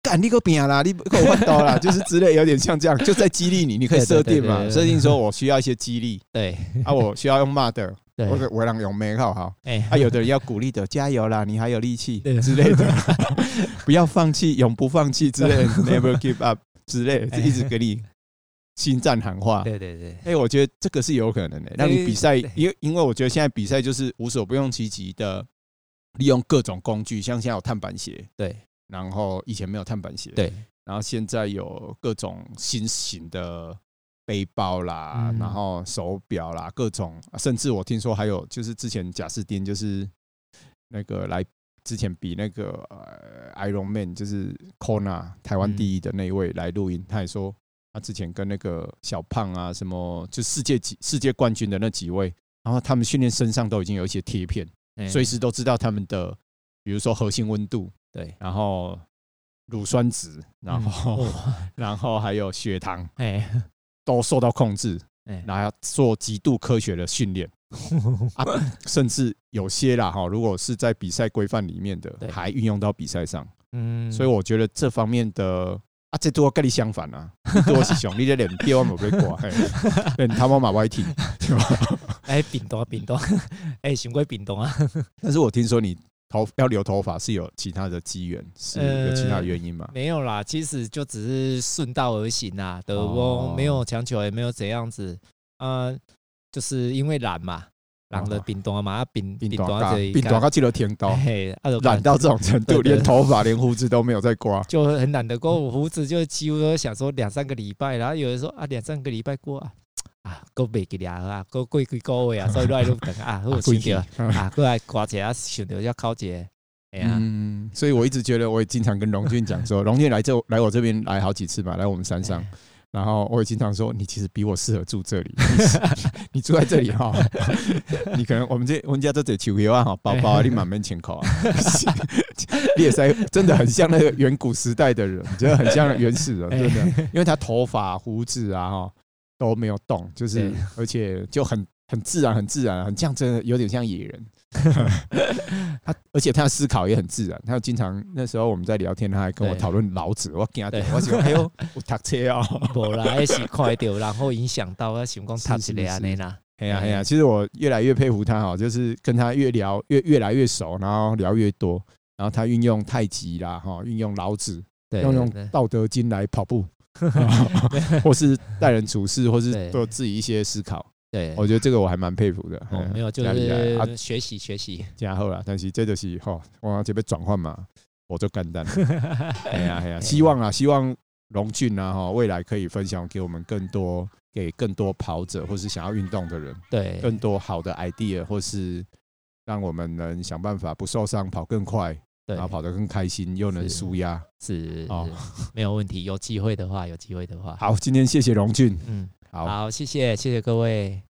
干你个拼啦，你给我换刀啦，就是之类，有点像这样，就在激励你，你可以设定嘛，设定说我需要一些激励， 对， 啊，我需要用骂的，或者我让用美好好， 哎， 啊，有的人要鼓励的，加油啦，你还有力气之类的，不要放弃，永不放弃之类的 ，never give up 之类的，一直给你心战喊话。 对对对， 哎，我觉得这个是有可能的，让你比赛，因为因为我觉得现在比赛就是无所不用其极的。利用各种工具，像现在有碳板鞋， 对， 然后以前没有碳板鞋， 对， 然后现在有各种新型的背包啦，嗯、然后手表啦，各种，甚至我听说还有就是之前贾斯汀就是那个来之前比那个、呃、Iron Man 就是 Kona 台湾第一的那一位来录音，他也说他之前跟那个小胖啊什么就世界级世界冠军的那几位，然后他们训练身上都已经有一些贴片。随时都知道他们的，比如说核心温度， 对， 然后乳酸值，然后、嗯、然后还有血糖，哎，都受到控制，哎，然后要做极度科学的训练，啊，甚至有些啦哈，如果是在比赛规范里面的，还运用到比赛上，嗯，所以我觉得这方面的。啊，这多跟你相反啊！你多是熊，你的脸丢完没被刮，嘿，他妈马歪体，对吧？ 哎，冰冻冰冻，哎，行归冰冻啊！ 但是我听说你头要留头发是有其他的机缘，是有其他的原因吗？ 呃、没有啦，其实就只是顺道而行啦，德翁、哦、没有强求，也没有怎样子，啊、呃，就是因为懒嘛。人的冰冻嘛，冰冰冻啊， 冰冻到进了天刀，懒到这种程度，连头发、连胡子都没有在刮， 就很懒得刮。我胡子就几乎都想说两三个礼拜，然后有人说啊，两三个礼拜过啊，啊，够没给俩啊，够过几个月啊，所以来路等啊，我想到啊，过来刮起来，想到要考节，哎呀， 嗯，所以我一直觉得，我也经常跟荣俊讲说，荣俊来这来我这边来好几次嘛，来我们山上。然后我也经常说，你其实比我适合住这里。你住在这里哈，你可能我们这我们家这这球鞋啊哈，包包啊，你满面前口啊，你也是真的很像那个远古时代的人，觉得很像原始人，真的，因为他头发胡子啊哈都没有动，就是而且就很很自然，很自然，很像真的有点像野人。他而且他的思考也很自然，他经常那时候我们在聊天，他还跟我讨论老子，我惊到，我想哎呦，我读册哦， 无啦，那是看到，然后影响到，我想讲读一个安尼啦。 哎呀哎呀，其实我越来越佩服他哈，就是跟他越聊越越来越熟，然后聊越多，然后他运用太极啦哈，运用老子，用用道德经来跑步，或是待人处事，或是做自己一些思考。对，我觉得这个我还蛮佩服的。 哦，没有，就是学习学习， 加好啦。但是这就是吼，我这边转换嘛，我就干单。哎呀哎呀，希望啊，希望荣俊啊哈，未来可以分享给我们更多，给更多跑者或是想要运动的人，对，更多好的 idea， 或是让我们能想办法不受伤，跑更快，然后跑得更开心，又能舒压。 是哦，没有问题。有机会的话，有机会的话。 好，今天谢谢荣俊。 嗯。好，好，谢谢，谢谢各位。